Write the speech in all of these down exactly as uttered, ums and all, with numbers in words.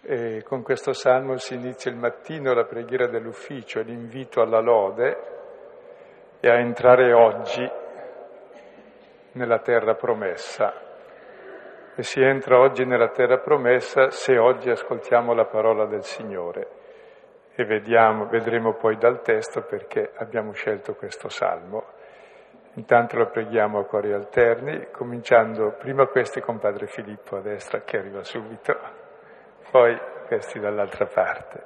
E con questo salmo si inizia il mattino la preghiera dell'ufficio, l'invito alla lode e a entrare oggi nella terra promessa. E si entra oggi nella terra promessa se oggi ascoltiamo la parola del Signore. E vediamo, vedremo poi dal testo perché abbiamo scelto questo salmo. Intanto lo preghiamo a cori alterni, cominciando prima questi con Padre Filippo a destra, che arriva subito, poi questi dall'altra parte.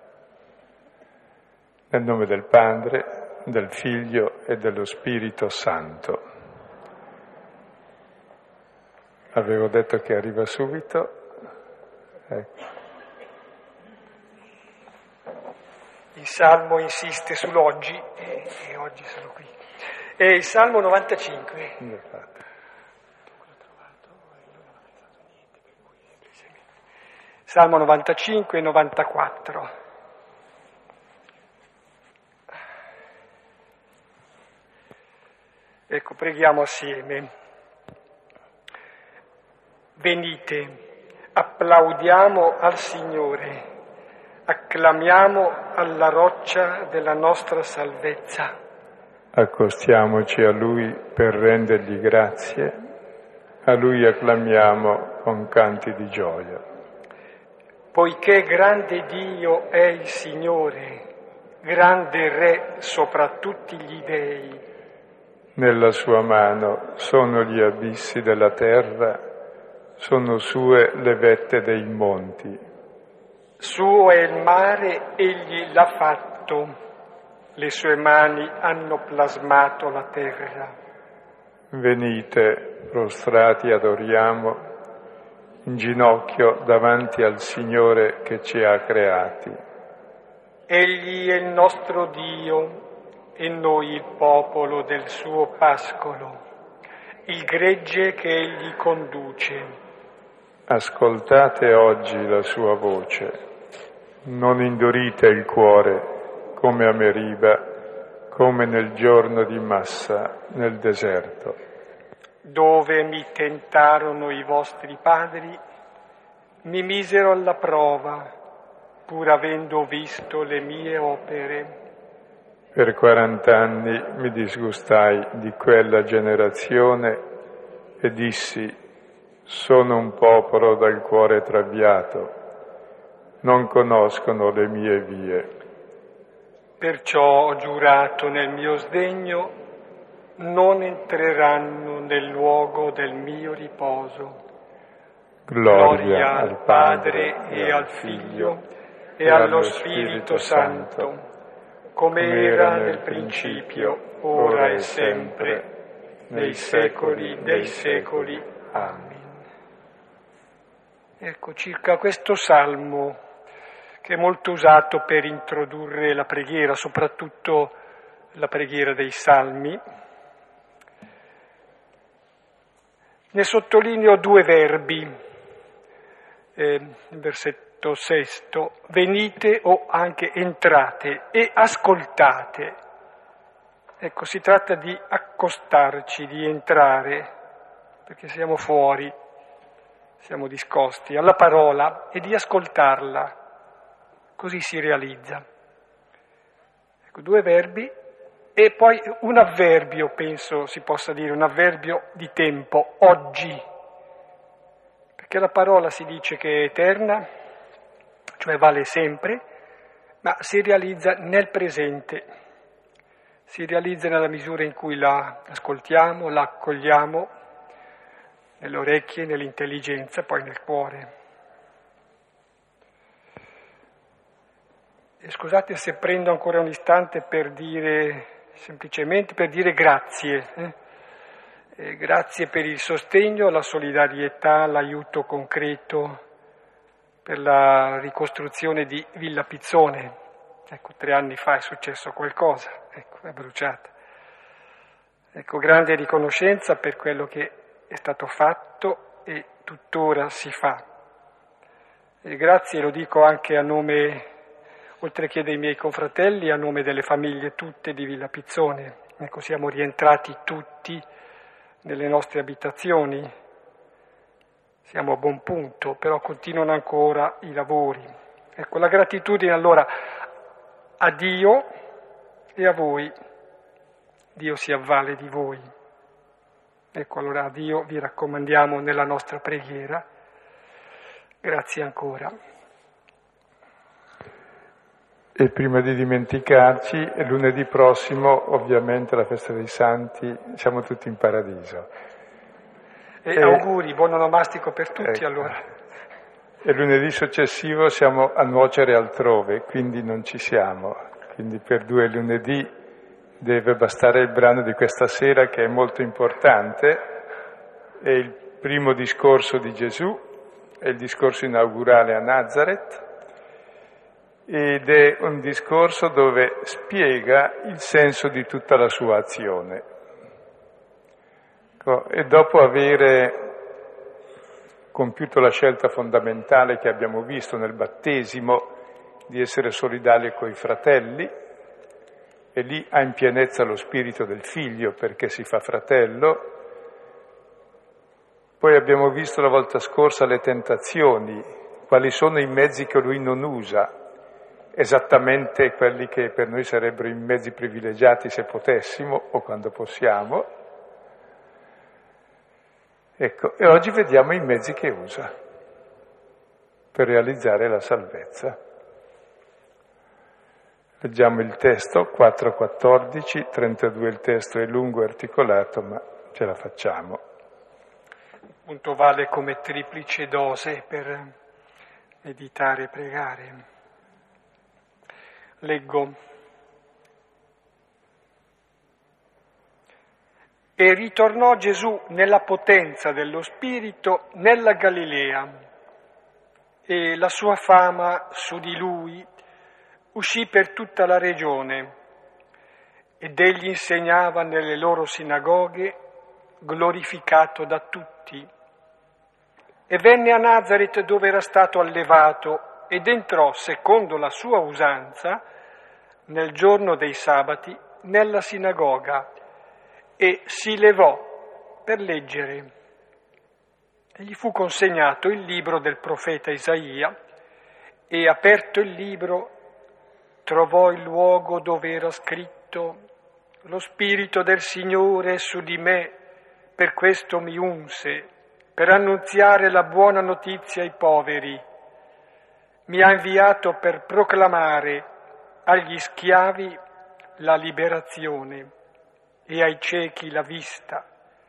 Nel nome del Padre, del Figlio e dello Spirito Santo. Avevo detto che arriva subito. Ecco. Il Salmo insiste sull'oggi e, e oggi sono qui. È il Salmo novantacinque. Salmo novantacinque e novantaquattro. Ecco, preghiamo assieme. Venite, applaudiamo al Signore, acclamiamo alla roccia della nostra salvezza. Accostiamoci a Lui per rendergli grazie, a Lui acclamiamo con canti di gioia. Poiché grande Dio è il Signore, grande Re sopra tutti gli dei. Nella sua mano sono gli abissi della terra, sono sue le vette dei monti. Suo è il mare, egli l'ha fatto, le sue mani hanno plasmato la terra. Venite, prostrati adoriamo, in ginocchio davanti al Signore che ci ha creati. Egli è il nostro Dio e noi il popolo del suo pascolo, il gregge che egli conduce. Ascoltate oggi la sua voce, non indurite il cuore come a Meriba, come nel giorno di Massa nel deserto. Dove mi tentarono i vostri padri, mi misero alla prova, pur avendo visto le mie opere. Per quarant'anni mi disgustai di quella generazione e dissi: sono un popolo dal cuore traviato, non conoscono le mie vie. Perciò ho giurato nel mio sdegno, non entreranno nel luogo del mio riposo. Gloria, Gloria al Padre e al Figlio e allo Spirito Santo, come era nel principio, ora e sempre, nei secoli dei secoli. Amen. Ecco, circa questo salmo, che è molto usato per introdurre la preghiera, soprattutto la preghiera dei salmi, ne sottolineo due verbi. Eh, il versetto sesto, venite o anche entrate e ascoltate. Ecco, si tratta di accostarci, di entrare, perché siamo fuori, siamo discosti alla parola e di ascoltarla, così si realizza. Ecco, due verbi e poi un avverbio, penso si possa dire, un avverbio di tempo, oggi, perché la parola si dice che è eterna, cioè vale sempre, ma si realizza nel presente, si realizza nella misura in cui la ascoltiamo, la accogliamo, nelle orecchie, nell'intelligenza, poi nel cuore. E scusate se prendo ancora un istante per dire, semplicemente per dire grazie. Eh? Eh, grazie per il sostegno, la solidarietà, l'aiuto concreto per la ricostruzione di Villa Pizzone. Ecco, tre anni fa è successo qualcosa, ecco, è bruciata. Ecco, grande riconoscenza per quello che è stato fatto e tuttora si fa. E grazie lo dico anche a nome, oltre che dei miei confratelli, a nome delle famiglie tutte di Villa Pizzone. Ecco, siamo rientrati tutti nelle nostre abitazioni siamo a buon punto, però continuano ancora i lavori. Ecco, la gratitudine allora a Dio e a voi. Dio si avvale di voi. Ecco, allora a Dio vi raccomandiamo nella nostra preghiera. Grazie ancora. E prima di dimenticarci, lunedì prossimo, ovviamente, la festa dei Santi, siamo tutti in paradiso. E, e auguri, buon onomastico per tutti, ecco. Allora. E lunedì successivo siamo a nuocere altrove, quindi non ci siamo. Quindi per due lunedì deve bastare il brano di questa sera, che è molto importante. È il primo discorso di Gesù, è il discorso inaugurale a Nazareth, ed è un discorso dove spiega il senso di tutta la sua azione. E dopo avere compiuto la scelta fondamentale che abbiamo visto nel battesimo di essere solidali coi fratelli, e lì ha in pienezza lo spirito del figlio perché si fa fratello. Poi abbiamo visto la volta scorsa le tentazioni, quali sono i mezzi che lui non usa, esattamente quelli che per noi sarebbero i mezzi privilegiati se potessimo o quando possiamo. Ecco, e oggi vediamo i mezzi che usa per realizzare la salvezza. Leggiamo il testo, quattro quattordici, trentadue il testo è lungo e articolato, ma ce la facciamo. Appunto vale come triplice dose per meditare e pregare. Leggo. E ritornò Gesù nella potenza dello Spirito nella Galilea, e la sua fama su di lui uscì per tutta la regione, ed egli insegnava nelle loro sinagoghe, glorificato da tutti. E venne a Nazaret dove era stato allevato, ed entrò, secondo la sua usanza, nel giorno dei sabati, nella sinagoga, e si levò per leggere. E gli fu consegnato il libro del profeta Isaia, e aperto il libro trovò il luogo dove era scritto: lo Spirito del Signore è su di me, per questo mi unse, per annunziare la buona notizia ai poveri. Mi ha inviato per proclamare agli schiavi la liberazione e ai ciechi la vista,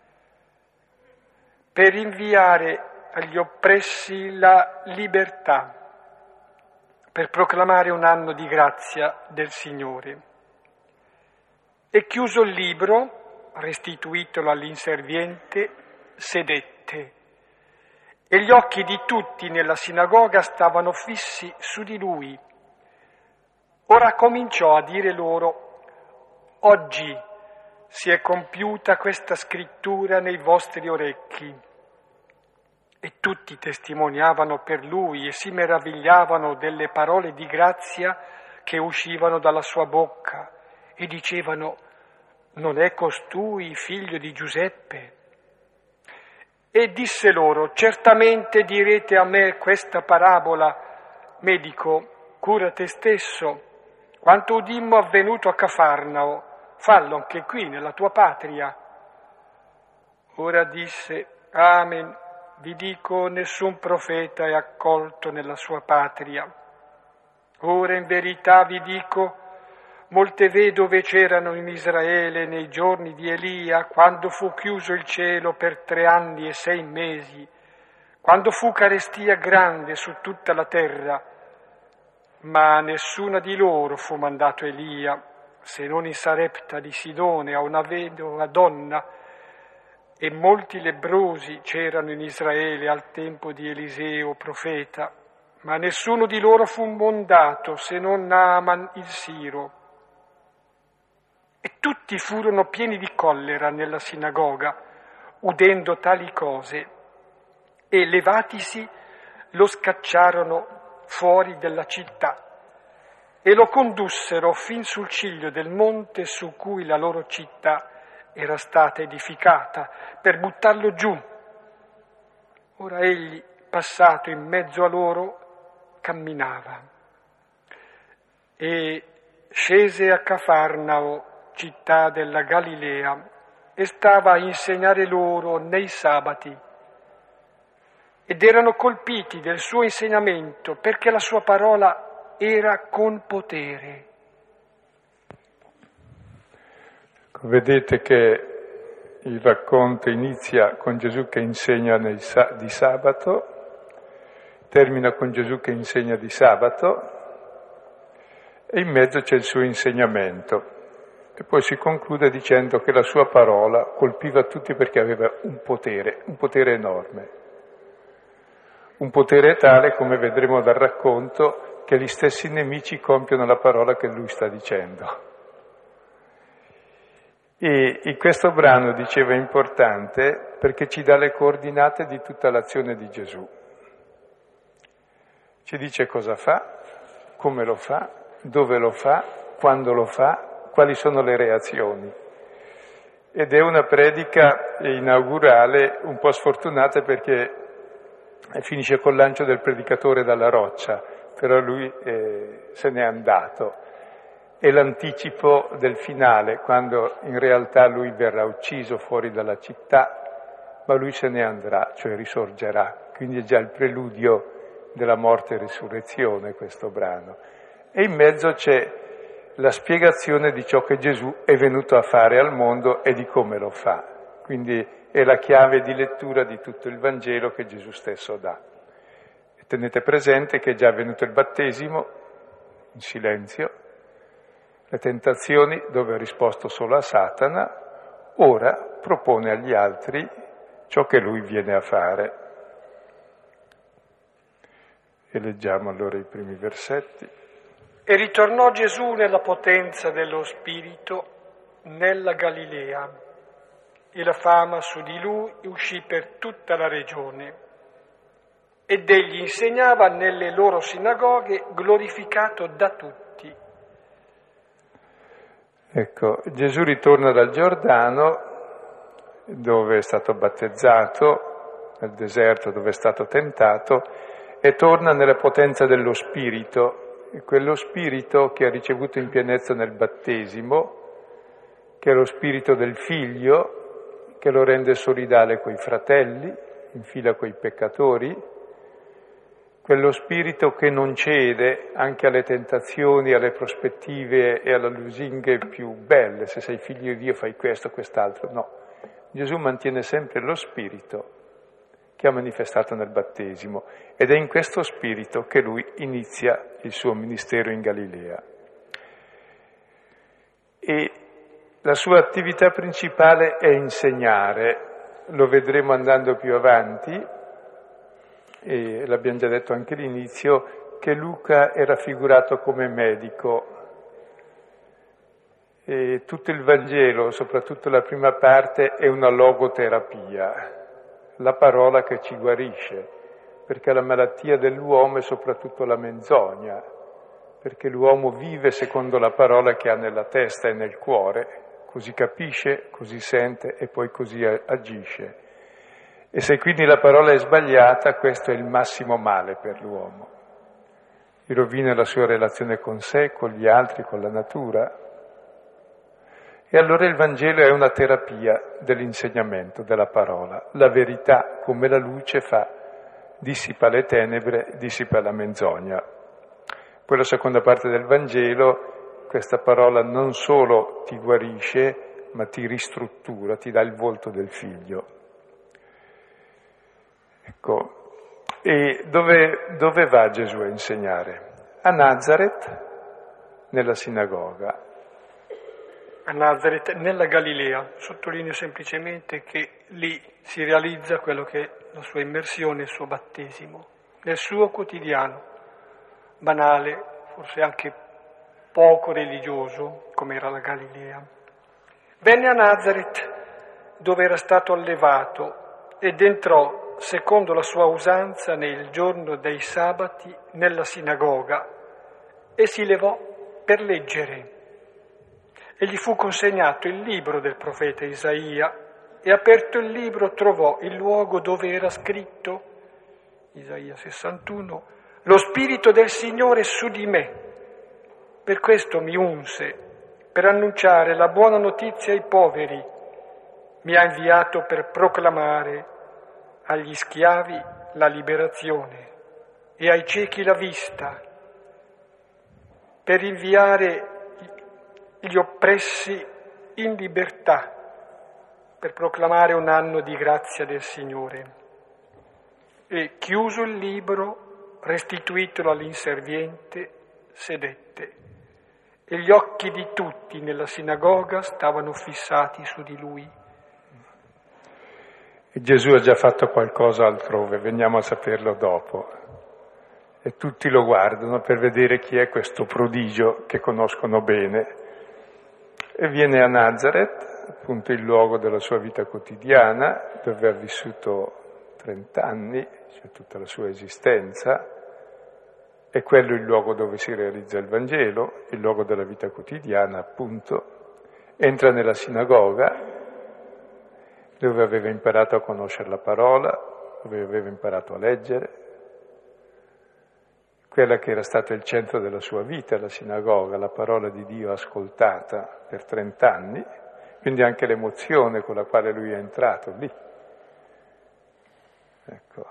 per inviare agli oppressi la libertà, per proclamare un anno di grazia del Signore. E chiuso il libro, restituitolo all'inserviente, sedette. E gli occhi di tutti nella sinagoga stavano fissi su di lui. Ora cominciò a dire loro: oggi si è compiuta questa scrittura nei vostri orecchi. E tutti testimoniavano per lui e si meravigliavano delle parole di grazia che uscivano dalla sua bocca, e dicevano: non è costui figlio di Giuseppe? E disse loro: certamente direte a me questa parabola: medico, cura te stesso, quanto udimmo avvenuto a Cafarnao, fallo anche qui nella tua patria. Ora disse: amen, vi dico, nessun profeta è accolto nella sua patria. Ora in verità vi dico, molte vedove c'erano in Israele nei giorni di Elia, quando fu chiuso il cielo per tre anni e sei mesi, quando fu carestia grande su tutta la terra, ma a nessuna di loro fu mandato Elia, se non in Sarepta di Sidone, a una vedova donna, e molti lebbrosi c'erano in Israele al tempo di Eliseo profeta, ma nessuno di loro fu mondato se non Naaman il Siro. E tutti furono pieni di collera nella sinagoga, udendo tali cose, e levatisi lo scacciarono fuori della città e lo condussero fin sul ciglio del monte su cui la loro città era stata edificata, per buttarlo giù. Ora egli, passato in mezzo a loro, camminava e scese a Cafarnao, città della Galilea, e stava a insegnare loro nei sabati. Ed erano colpiti del suo insegnamento, perché la sua parola era con potere. Vedete che il racconto inizia con Gesù che insegna nei sa- di sabato, termina con Gesù che insegna di sabato e in mezzo c'è il suo insegnamento e poi si conclude dicendo che la sua parola colpiva tutti perché aveva un potere, un potere enorme, un potere tale, come vedremo dal racconto, che gli stessi nemici compiono la parola che lui sta dicendo. E in questo brano, dicevo, è importante perché ci dà le coordinate di tutta l'azione di Gesù. Ci dice cosa fa, come lo fa, dove lo fa, quando lo fa, quali sono le reazioni. Ed è una predica inaugurale un po' sfortunata perché finisce col lancio del predicatore dalla roccia, però lui eh, se n'è andato. È l'anticipo del finale, quando in realtà lui verrà ucciso fuori dalla città, ma lui se ne andrà, cioè risorgerà. Quindi è già il preludio della morte e risurrezione questo brano. E in mezzo c'è la spiegazione di ciò che Gesù è venuto a fare al mondo e di come lo fa. Quindi è la chiave di lettura di tutto il Vangelo che Gesù stesso dà. E tenete presente che è già avvenuto il battesimo, in silenzio, le tentazioni dove ha risposto solo a Satana, ora propone agli altri ciò che lui viene a fare. E leggiamo allora i primi versetti. E ritornò Gesù nella potenza dello Spirito nella Galilea, e la fama su di lui uscì per tutta la regione. Ed egli insegnava nelle loro sinagoghe, glorificato da tutti. Ecco, Gesù ritorna dal Giordano, dove è stato battezzato, nel deserto dove è stato tentato, e torna nella potenza dello Spirito, quello Spirito che ha ricevuto in pienezza nel battesimo, che è lo Spirito del Figlio, che lo rende solidale coi fratelli, in fila coi peccatori, quello Spirito che non cede anche alle tentazioni, alle prospettive e alle lusinghe più belle. Se sei figlio di Dio fai questo, quest'altro. No, Gesù mantiene sempre lo Spirito che ha manifestato nel battesimo ed è in questo Spirito che lui inizia il suo ministero in Galilea. E la sua attività principale è insegnare, lo vedremo andando più avanti. E l'abbiamo già detto anche all'inizio, che Luca è raffigurato come medico. E tutto il Vangelo, soprattutto la prima parte, è una logoterapia, la parola che ci guarisce, perché la malattia dell'uomo è soprattutto la menzogna, perché l'uomo vive secondo la parola che ha nella testa e nel cuore, così capisce, così sente e poi così agisce. E se quindi la parola è sbagliata, questo è il massimo male per l'uomo. Gli rovina la sua relazione con sé, con gli altri, con la natura. E allora il Vangelo è una terapia dell'insegnamento, della parola. La verità, come la luce, fa, dissipa le tenebre, dissipa la menzogna. Poi la seconda parte del Vangelo, questa parola non solo ti guarisce, ma ti ristruttura, ti dà il volto del figlio. Ecco, e dove, dove va Gesù a insegnare? A Nazareth, nella sinagoga. A Nazareth, nella Galilea. Sottolineo semplicemente che lì si realizza quello che è la sua immersione, il suo battesimo, nel suo quotidiano, banale, forse anche poco religioso, come era la Galilea. Venne a Nazareth, dove era stato allevato, ed entrò secondo la sua usanza nel giorno dei sabati nella sinagoga e si levò per leggere. E gli fu consegnato il libro del profeta Isaia e aperto il libro trovò il luogo dove era scritto: Isaia sessantuno, lo Spirito del Signore è su di me, per questo mi unse, per annunciare la buona notizia ai poveri, mi ha inviato per proclamare agli schiavi la liberazione e ai ciechi la vista, per inviare gli oppressi in libertà, per proclamare un anno di grazia del Signore. E chiuso il libro, restituitelo all'inserviente, sedette. E gli occhi di tutti nella sinagoga stavano fissati su di lui. E Gesù ha già fatto qualcosa altrove, veniamo a saperlo dopo. E tutti lo guardano per vedere chi è questo prodigio che conoscono bene. E viene a Nazareth, appunto il luogo della sua vita quotidiana, dove ha vissuto trent'anni, cioè tutta la sua esistenza. È quello il luogo dove si realizza il Vangelo, il luogo della vita quotidiana, appunto. Entra nella sinagoga, dove aveva imparato a conoscere la parola, dove aveva imparato a leggere, quella che era stata il centro della sua vita, la sinagoga, la parola di Dio ascoltata per trent'anni, quindi anche l'emozione con la quale lui è entrato lì. Ecco.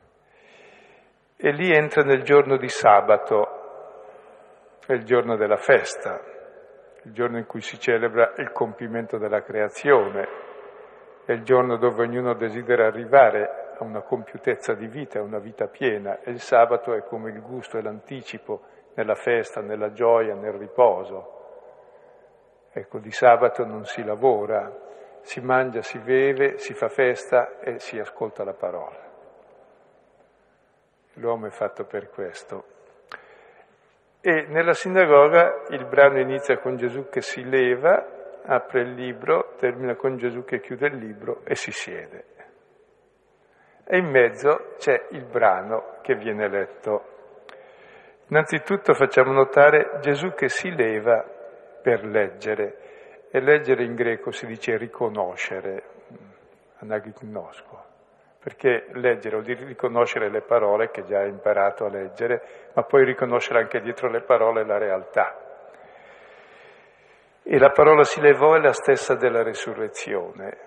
E lì entra nel giorno di sabato, è il giorno della festa, il giorno in cui si celebra il compimento della creazione, è il giorno dove ognuno desidera arrivare a una compiutezza di vita, a una vita piena, e il sabato è come il gusto e l'anticipo nella festa, nella gioia, nel riposo. Ecco, di sabato non si lavora, si mangia, si beve, si fa festa e si ascolta la parola. L'uomo è fatto per questo. E nella sinagoga il brano inizia con Gesù che si leva, apre il libro, termina con Gesù che chiude il libro e si siede. E in mezzo c'è il brano che viene letto. Innanzitutto facciamo notare Gesù che si leva per leggere, e leggere in greco si dice riconoscere, anagnosco, perché leggere vuol dire riconoscere le parole che già hai imparato a leggere, ma poi riconoscere anche dietro le parole la realtà. E la parola si levò è la stessa della resurrezione.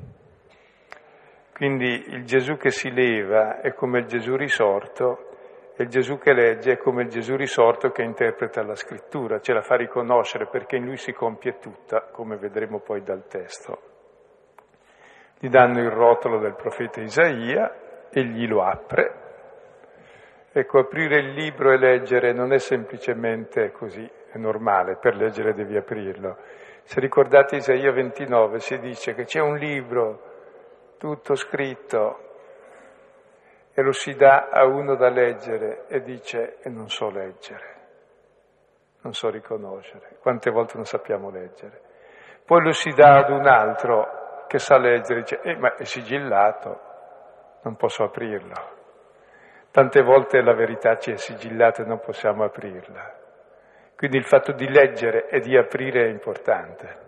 Quindi il Gesù che si leva è come il Gesù risorto, e il Gesù che legge è come il Gesù risorto che interpreta la scrittura, ce la fa riconoscere perché in lui si compie tutta, come vedremo poi dal testo. Gli danno il rotolo del profeta Isaia, egli lo apre. Ecco, aprire il libro e leggere non è semplicemente così, è normale, per leggere devi aprirlo. Se ricordate Isaia ventinove si dice che c'è un libro tutto scritto e lo si dà a uno da leggere e dice e non so leggere, non so riconoscere, quante volte non sappiamo leggere. Poi lo si dà ad un altro che sa leggere e dice eh, ma è sigillato, non posso aprirlo. Tante volte la verità ci è sigillata e non possiamo aprirla. Quindi il fatto di leggere e di aprire è importante.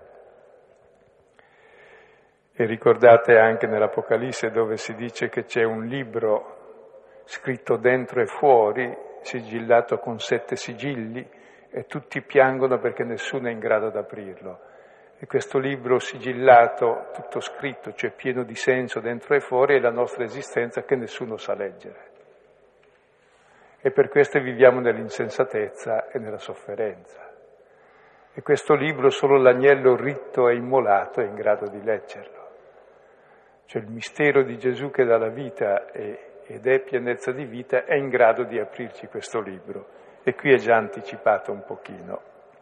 E ricordate anche nell'Apocalisse dove si dice che c'è un libro scritto dentro e fuori, sigillato con sette sigilli, e tutti piangono perché nessuno è in grado di aprirlo. E questo libro sigillato, tutto scritto, cioè pieno di senso dentro e fuori, è la nostra esistenza che nessuno sa leggere. E per questo viviamo nell'insensatezza e nella sofferenza. E questo libro solo l'agnello ritto e immolato è in grado di leggerlo. Cioè il mistero di Gesù che dà la vita e, ed è pienezza di vita è in grado di aprirci questo libro. E qui è già anticipato un pochino.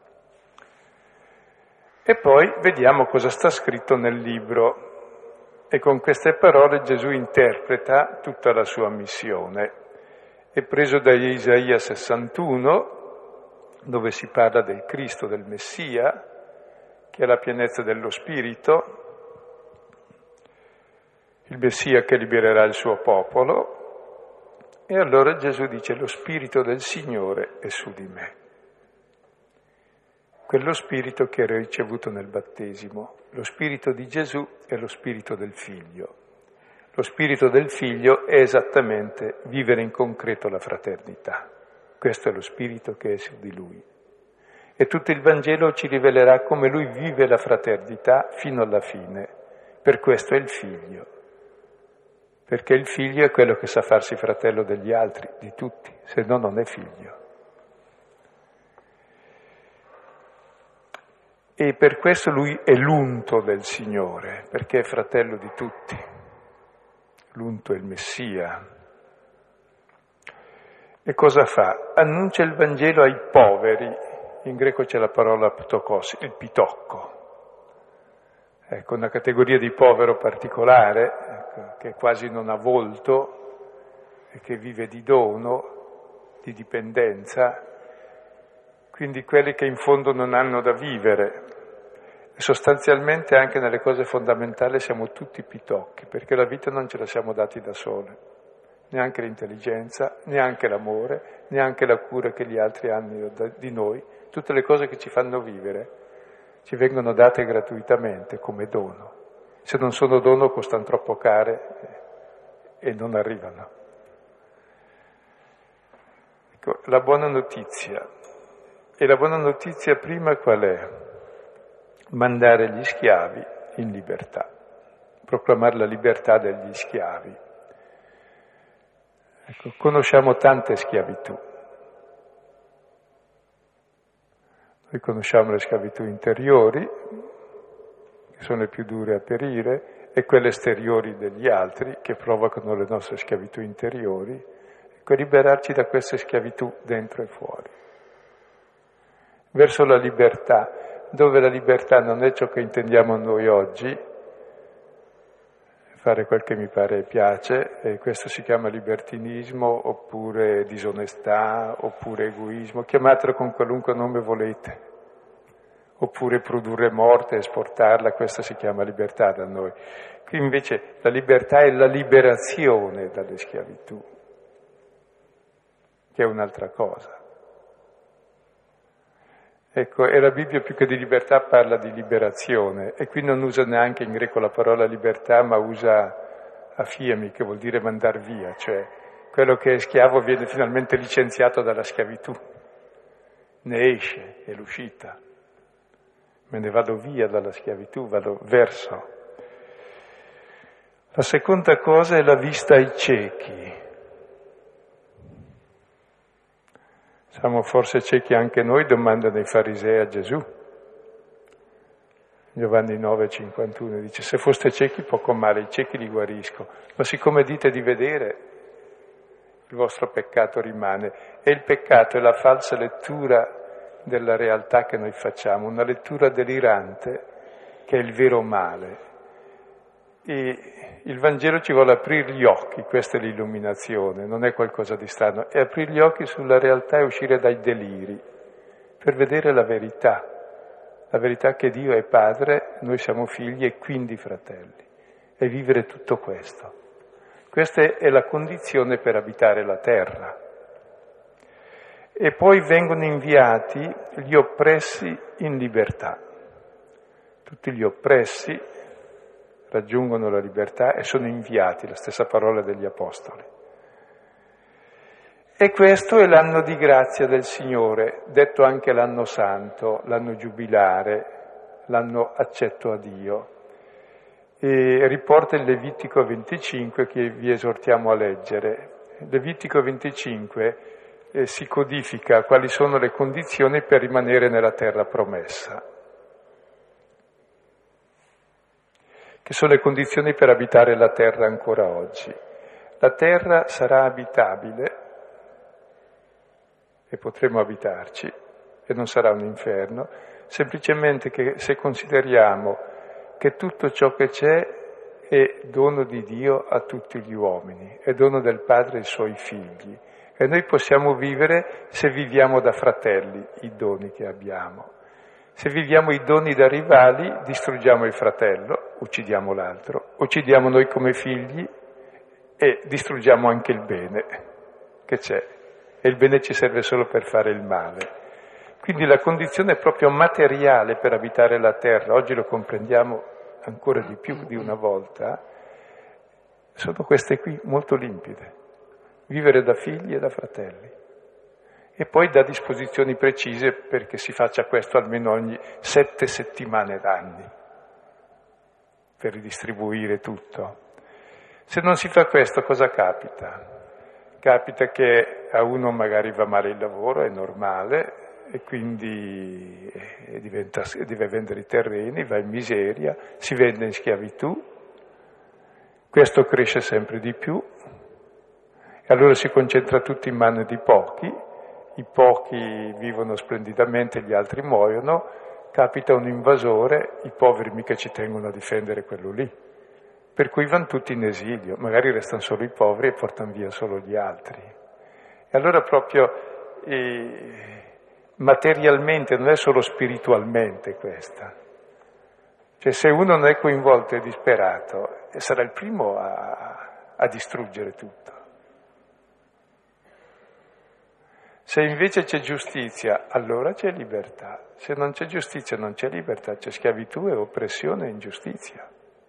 E poi vediamo cosa sta scritto nel libro. E con queste parole Gesù interpreta tutta la sua missione. È preso da Isaia sessantuno, dove si parla del Cristo, del Messia, che è la pienezza dello Spirito, il Messia che libererà il suo popolo, e allora Gesù dice lo Spirito del Signore è su di me. Quello Spirito che era ricevuto nel battesimo, lo Spirito di Gesù è lo Spirito del Figlio. Lo spirito del figlio è esattamente vivere in concreto la fraternità. Questo è lo spirito che è su di lui. E tutto il Vangelo ci rivelerà come lui vive la fraternità fino alla fine. Per questo è il figlio. Perché il figlio è quello che sa farsi fratello degli altri, di tutti, se no non è figlio. E per questo lui è l'unto del Signore, perché è fratello di tutti. L'unto è il Messia. E cosa fa? Annuncia il Vangelo ai poveri. In greco c'è la parola ptokos, il pitocco. Ecco, una categoria di povero particolare, ecco, che quasi non ha volto e che vive di dono, di dipendenza, quindi quelli che in fondo non hanno da vivere. E sostanzialmente anche nelle cose fondamentali siamo tutti pitocchi, perché la vita non ce la siamo dati da sole, neanche l'intelligenza, neanche l'amore, neanche la cura che gli altri hanno di noi, tutte le cose che ci fanno vivere ci vengono date gratuitamente come dono. Se non sono dono costano troppo care e non arrivano. Ecco, la buona notizia. E la buona notizia prima qual è? Mandare gli schiavi in libertà, proclamare la libertà degli schiavi. Ecco, conosciamo tante schiavitù. Noi conosciamo le schiavitù interiori, che sono le più dure a perire, e quelle esteriori degli altri, che provocano le nostre schiavitù interiori. Ecco, liberarci da queste schiavitù dentro e fuori. Verso la libertà, dove la libertà non è ciò che intendiamo noi oggi, fare quel che mi pare e piace, e questo si chiama libertinismo, oppure disonestà, oppure egoismo, chiamatelo con qualunque nome volete, oppure produrre morte e esportarla, questa si chiama libertà da noi. Qui invece la libertà è la liberazione dalle schiavitù, che è un'altra cosa. Ecco, e la Bibbia più che di libertà parla di liberazione, e qui non usa neanche in greco la parola libertà, ma usa afiemi, che vuol dire mandar via, cioè quello che è schiavo viene finalmente licenziato dalla schiavitù, ne esce, è l'uscita, me ne vado via dalla schiavitù, vado verso. La seconda cosa è la vista ai ciechi. Siamo forse ciechi anche noi, domandano i farisei a Gesù. Giovanni nove cinquantuno dice: se foste ciechi poco male, i ciechi li guarisco, ma siccome dite di vedere, il vostro peccato rimane. E il peccato è la falsa lettura della realtà che noi facciamo, una lettura delirante che è il vero male. E il Vangelo ci vuole aprire gli occhi, questa è l'illuminazione, non è qualcosa di strano, è aprire gli occhi sulla realtà e uscire dai deliri, per vedere la verità, la verità che Dio è Padre, noi siamo figli e quindi fratelli, e vivere tutto questo. Questa è la condizione per abitare la terra. E poi vengono inviati gli oppressi in libertà. Tutti gli oppressi raggiungono la libertà e sono inviati, la stessa parola degli Apostoli. E questo è l'anno di grazia del Signore, detto anche l'anno santo, l'anno giubilare, l'anno accetto a Dio. E riporta il Levitico venticinque che vi esortiamo a leggere. Levitico venticinque eh, si codifica quali sono le condizioni per rimanere nella terra promessa, che sono le condizioni per abitare la terra ancora oggi. La terra sarà abitabile e potremo abitarci, e non sarà un inferno, semplicemente che se consideriamo che tutto ciò che c'è è dono di Dio a tutti gli uomini, è dono del Padre ai Suoi figli, e noi possiamo vivere se viviamo da fratelli i doni che abbiamo. Se viviamo i doni da rivali, distruggiamo il fratello, uccidiamo l'altro, uccidiamo noi come figli e distruggiamo anche il bene che c'è. E il bene ci serve solo per fare il male. Quindi la condizione proprio materiale per abitare la terra, oggi lo comprendiamo ancora di più di una volta, sono queste qui, molto limpide. Vivere da figli e da fratelli. E poi dà disposizioni precise perché si faccia questo almeno ogni sette settimane d'anni, per ridistribuire tutto. Se non si fa questo, cosa capita? Capita che a uno magari va male il lavoro, è normale, e quindi diventa, deve vendere i terreni, va in miseria, si vende in schiavitù, questo cresce sempre di più, e allora si concentra tutto in mano di pochi, i pochi vivono splendidamente, gli altri muoiono, capita un invasore, i poveri mica ci tengono a difendere quello lì, per cui vanno tutti in esilio, magari restano solo i poveri e portano via solo gli altri. E allora proprio eh, materialmente, non è solo spiritualmente questa. Cioè se uno non è coinvolto e disperato, sarà il primo a, a distruggere tutto. Se invece c'è giustizia, allora c'è libertà. Se non c'è giustizia, non c'è libertà, c'è schiavitù e oppressione e ingiustizia.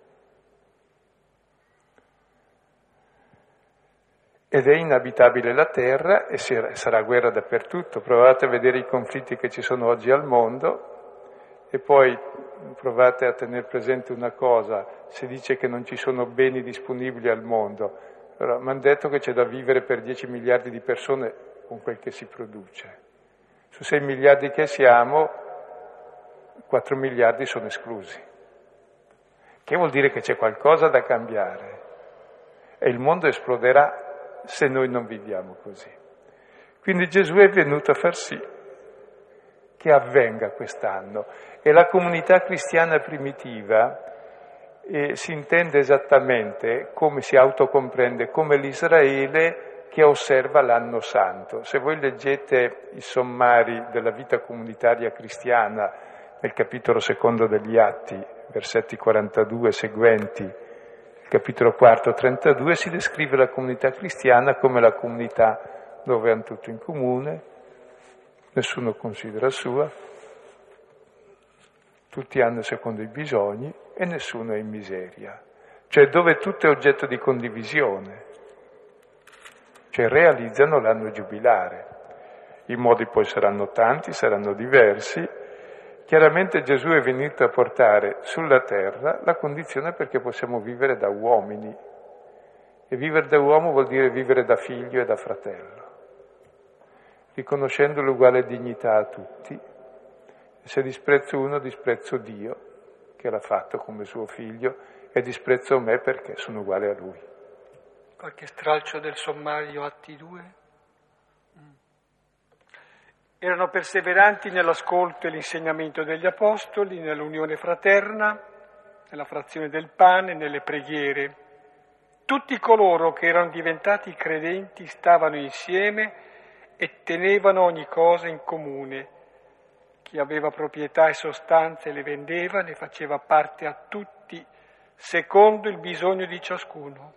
Ed è inabitabile la terra e sarà guerra dappertutto. Provate a vedere i conflitti che ci sono oggi al mondo e poi provate a tenere presente una cosa, si dice che non ci sono beni disponibili al mondo. Allora, mi hanno detto che c'è da vivere per dieci miliardi di persone con quel che si produce. Su sei miliardi che siamo, quattro miliardi sono esclusi. Che vuol dire che c'è qualcosa da cambiare e il mondo esploderà se noi non viviamo così. Quindi Gesù è venuto a far sì che avvenga quest'anno. E la comunità cristiana primitiva eh, si intende esattamente come si autocomprende, come l'Israele che osserva l'anno santo. Se voi leggete i sommari della vita comunitaria cristiana nel capitolo secondo degli Atti, versetti quarantadue e seguenti, capitolo quarto, trentadue, si descrive la comunità cristiana come la comunità dove hanno tutto in comune, nessuno considera sua, tutti hanno secondo i bisogni e nessuno è in miseria, cioè dove tutto è oggetto di condivisione, cioè realizzano l'anno giubilare. I modi poi saranno tanti, saranno diversi. Chiaramente Gesù è venuto a portare sulla terra la condizione perché possiamo vivere da uomini. E vivere da uomo vuol dire vivere da figlio e da fratello, riconoscendo l'uguale dignità a tutti. E se disprezzo uno, disprezzo Dio, che l'ha fatto come suo figlio, e disprezzo me perché sono uguale a Lui. Qualche stralcio del sommario Atti due? Erano perseveranti nell'ascolto e l'insegnamento degli apostoli, nell'unione fraterna, nella frazione del pane, nelle preghiere. Tutti coloro che erano diventati credenti stavano insieme e tenevano ogni cosa in comune. Chi aveva proprietà e sostanze le vendeva, ne faceva parte a tutti, secondo il bisogno di ciascuno.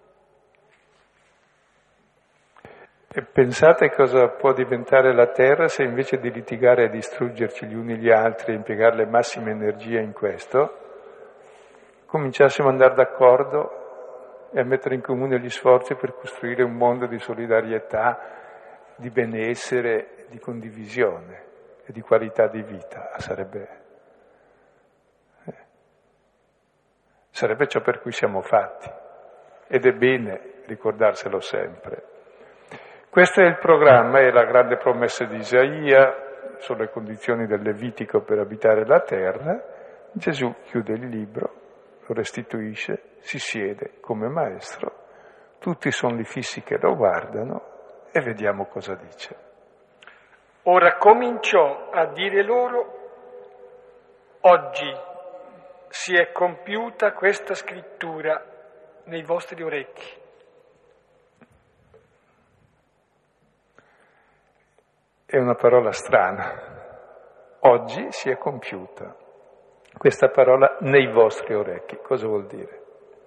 E pensate cosa può diventare la terra se invece di litigare e distruggerci gli uni gli altri e impiegare le massime energie in questo, cominciassimo ad andare d'accordo e a mettere in comune gli sforzi per costruire un mondo di solidarietà, di benessere, di condivisione e di qualità di vita. Sarebbe, eh, sarebbe ciò per cui siamo fatti ed è bene ricordarselo sempre. Questo è il programma, è la grande promessa di Isaia, sono le condizioni del Levitico per abitare la terra. Gesù chiude il libro, lo restituisce, si siede come maestro, tutti sono lì fissi che lo guardano e vediamo cosa dice. Ora cominciò a dire loro: oggi si è compiuta questa scrittura nei vostri orecchi. È una parola strana. Oggi si è compiuta questa parola nei vostri orecchi. Cosa vuol dire?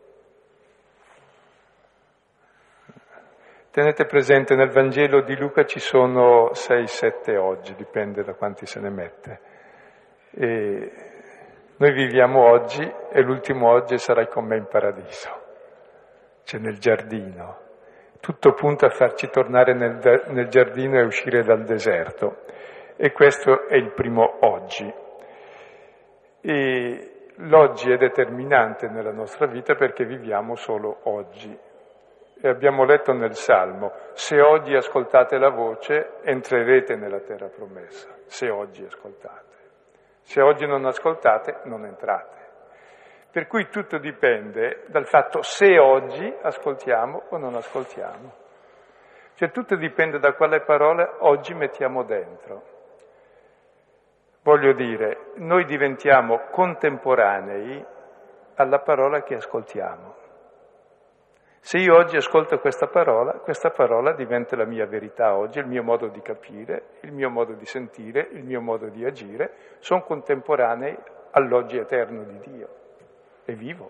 Tenete presente, nel Vangelo di Luca ci sono sei sette oggi, dipende da quanti se ne mette. E noi viviamo oggi e l'ultimo oggi sarai con me in paradiso. cioè nel giardino. Tutto punta a farci tornare nel, nel giardino e uscire dal deserto. E questo è il primo oggi. E l'oggi è determinante nella nostra vita perché viviamo solo oggi. E abbiamo letto nel Salmo, se oggi ascoltate la voce, entrerete nella terra promessa. Se oggi ascoltate. Se oggi non ascoltate, non entrate. Per cui tutto dipende dal fatto se oggi ascoltiamo o non ascoltiamo. Cioè tutto dipende da quale parole oggi mettiamo dentro. Voglio dire, noi diventiamo contemporanei alla parola che ascoltiamo. Se io oggi ascolto questa parola, questa parola diventa la mia verità oggi, il mio modo di capire, il mio modo di sentire, il mio modo di agire, sono contemporanei all'oggi eterno di Dio. E vivo.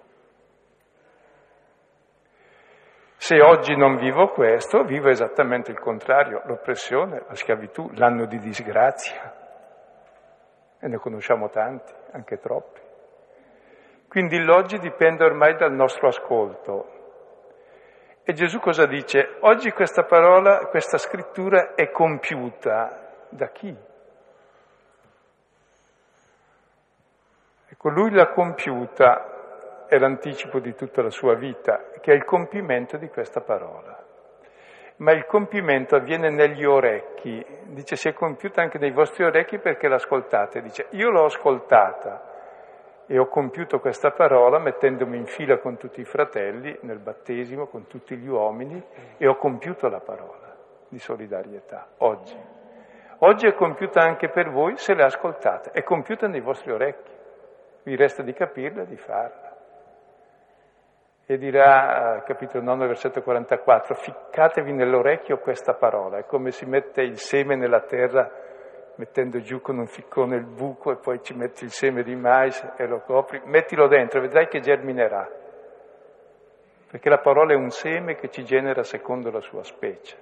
Se oggi non vivo questo, vivo esattamente il contrario, l'oppressione, la schiavitù, l'anno di disgrazia. E ne conosciamo tanti, anche troppi. Quindi l'oggi dipende ormai dal nostro ascolto. E Gesù cosa dice? Oggi questa parola, questa scrittura è compiuta da chi? Ecco, lui l'ha compiuta. È l'anticipo di tutta la sua vita, che è il compimento di questa parola. Ma il compimento avviene negli orecchi, dice si è compiuta anche nei vostri orecchi perché l'ascoltate, dice io l'ho ascoltata e ho compiuto questa parola mettendomi in fila con tutti i fratelli nel battesimo, con tutti gli uomini e ho compiuto la parola di solidarietà, oggi. Oggi è compiuta anche per voi se la ascoltate, è compiuta nei vostri orecchi, vi resta di capirla e di farla. E dirà, capitolo nove, versetto quarantaquattro, ficcatevi nell'orecchio questa parola. È come si mette il seme nella terra, mettendo giù con un ficcone il buco e poi ci metti il seme di mais e lo copri. Mettilo dentro, vedrai che germinerà. Perché la parola è un seme che ci genera secondo la sua specie.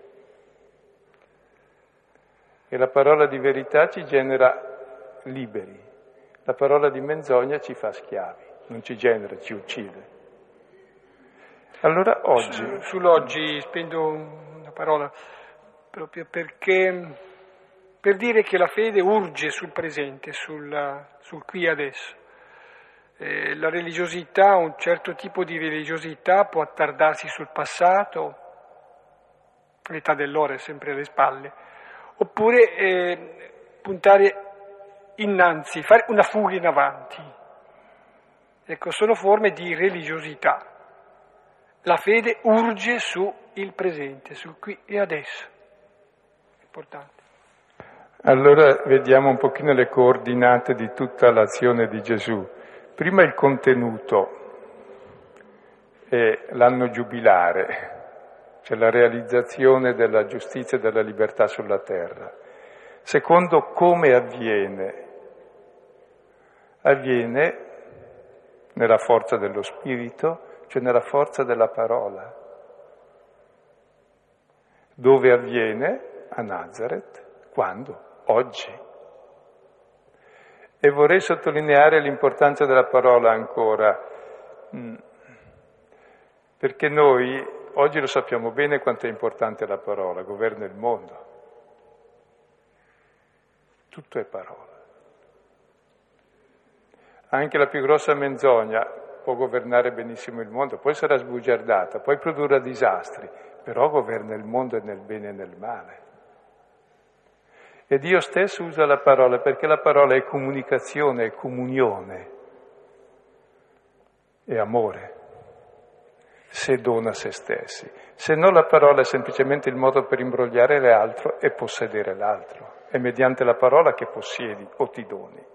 E la parola di verità ci genera liberi. La parola di menzogna ci fa schiavi, non ci genera, ci uccide. Allora oggi... Sull'oggi spendo una parola proprio perché per dire che la fede urge sul presente, sul, sul qui e adesso. Eh, la religiosità, un certo tipo di religiosità può attardarsi sul passato, l'età dell'ora è sempre alle spalle, oppure eh, puntare innanzi, fare una fuga in avanti. Ecco, sono forme di religiosità. La fede urge su il presente, sul qui e adesso. Importante. Allora vediamo un pochino le coordinate di tutta l'azione di Gesù. Prima il contenuto è l'anno giubilare, cioè la realizzazione della giustizia e della libertà sulla terra. Secondo, come avviene? Avviene nella forza dello Spirito, cioè nella forza della parola. Dove avviene? A Nazareth. Quando? Oggi. E vorrei sottolineare l'importanza della parola ancora, perché noi oggi lo sappiamo bene quanto è importante la parola, governa il mondo. Tutto è parola. Anche la più grossa menzogna può governare benissimo il mondo, poi sarà sbugiardata, poi produrrà disastri, però governa il mondo nel bene e nel male. E Dio stesso usa la parola perché la parola è comunicazione, è comunione, è amore, se dona se stessi. Se no la parola è semplicemente il modo per imbrogliare l'altro e possedere l'altro. È mediante la parola che possiedi o ti doni.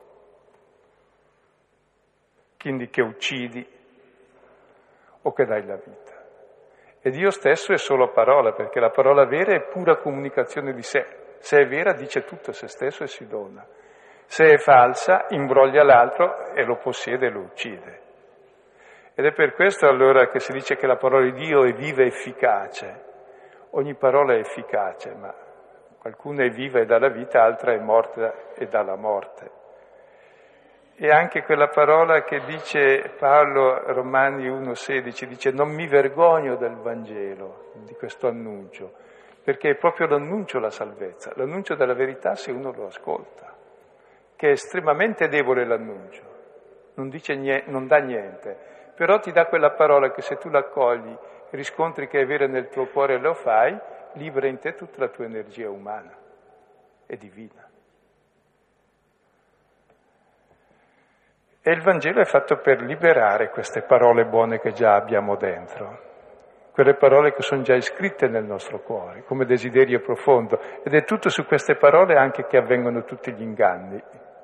Quindi che uccidi o che dai la vita. E Dio stesso è solo parola, perché la parola vera è pura comunicazione di sé. Se è vera dice tutto a se stesso e si dona. Se è falsa imbroglia l'altro e lo possiede e lo uccide. Ed è per questo allora che si dice che la parola di Dio è viva e efficace. Ogni parola è efficace, ma qualcuna è viva e dà la vita, altra è morta e dà la morte. E anche quella parola che dice Paolo, Romani uno sedici, dice non mi vergogno del Vangelo, di questo annuncio, perché è proprio l'annuncio la salvezza, l'annuncio della verità se uno lo ascolta, che è estremamente debole l'annuncio, non dice niente, non dà niente, però ti dà quella parola che se tu l'accogli, riscontri che è vera nel tuo cuore e lo fai, libera in te tutta la tua energia umana e divina. E il Vangelo è fatto per liberare queste parole buone che già abbiamo dentro, quelle parole che sono già iscritte nel nostro cuore, come desiderio profondo. Ed è tutto su queste parole anche che avvengono tutti gli inganni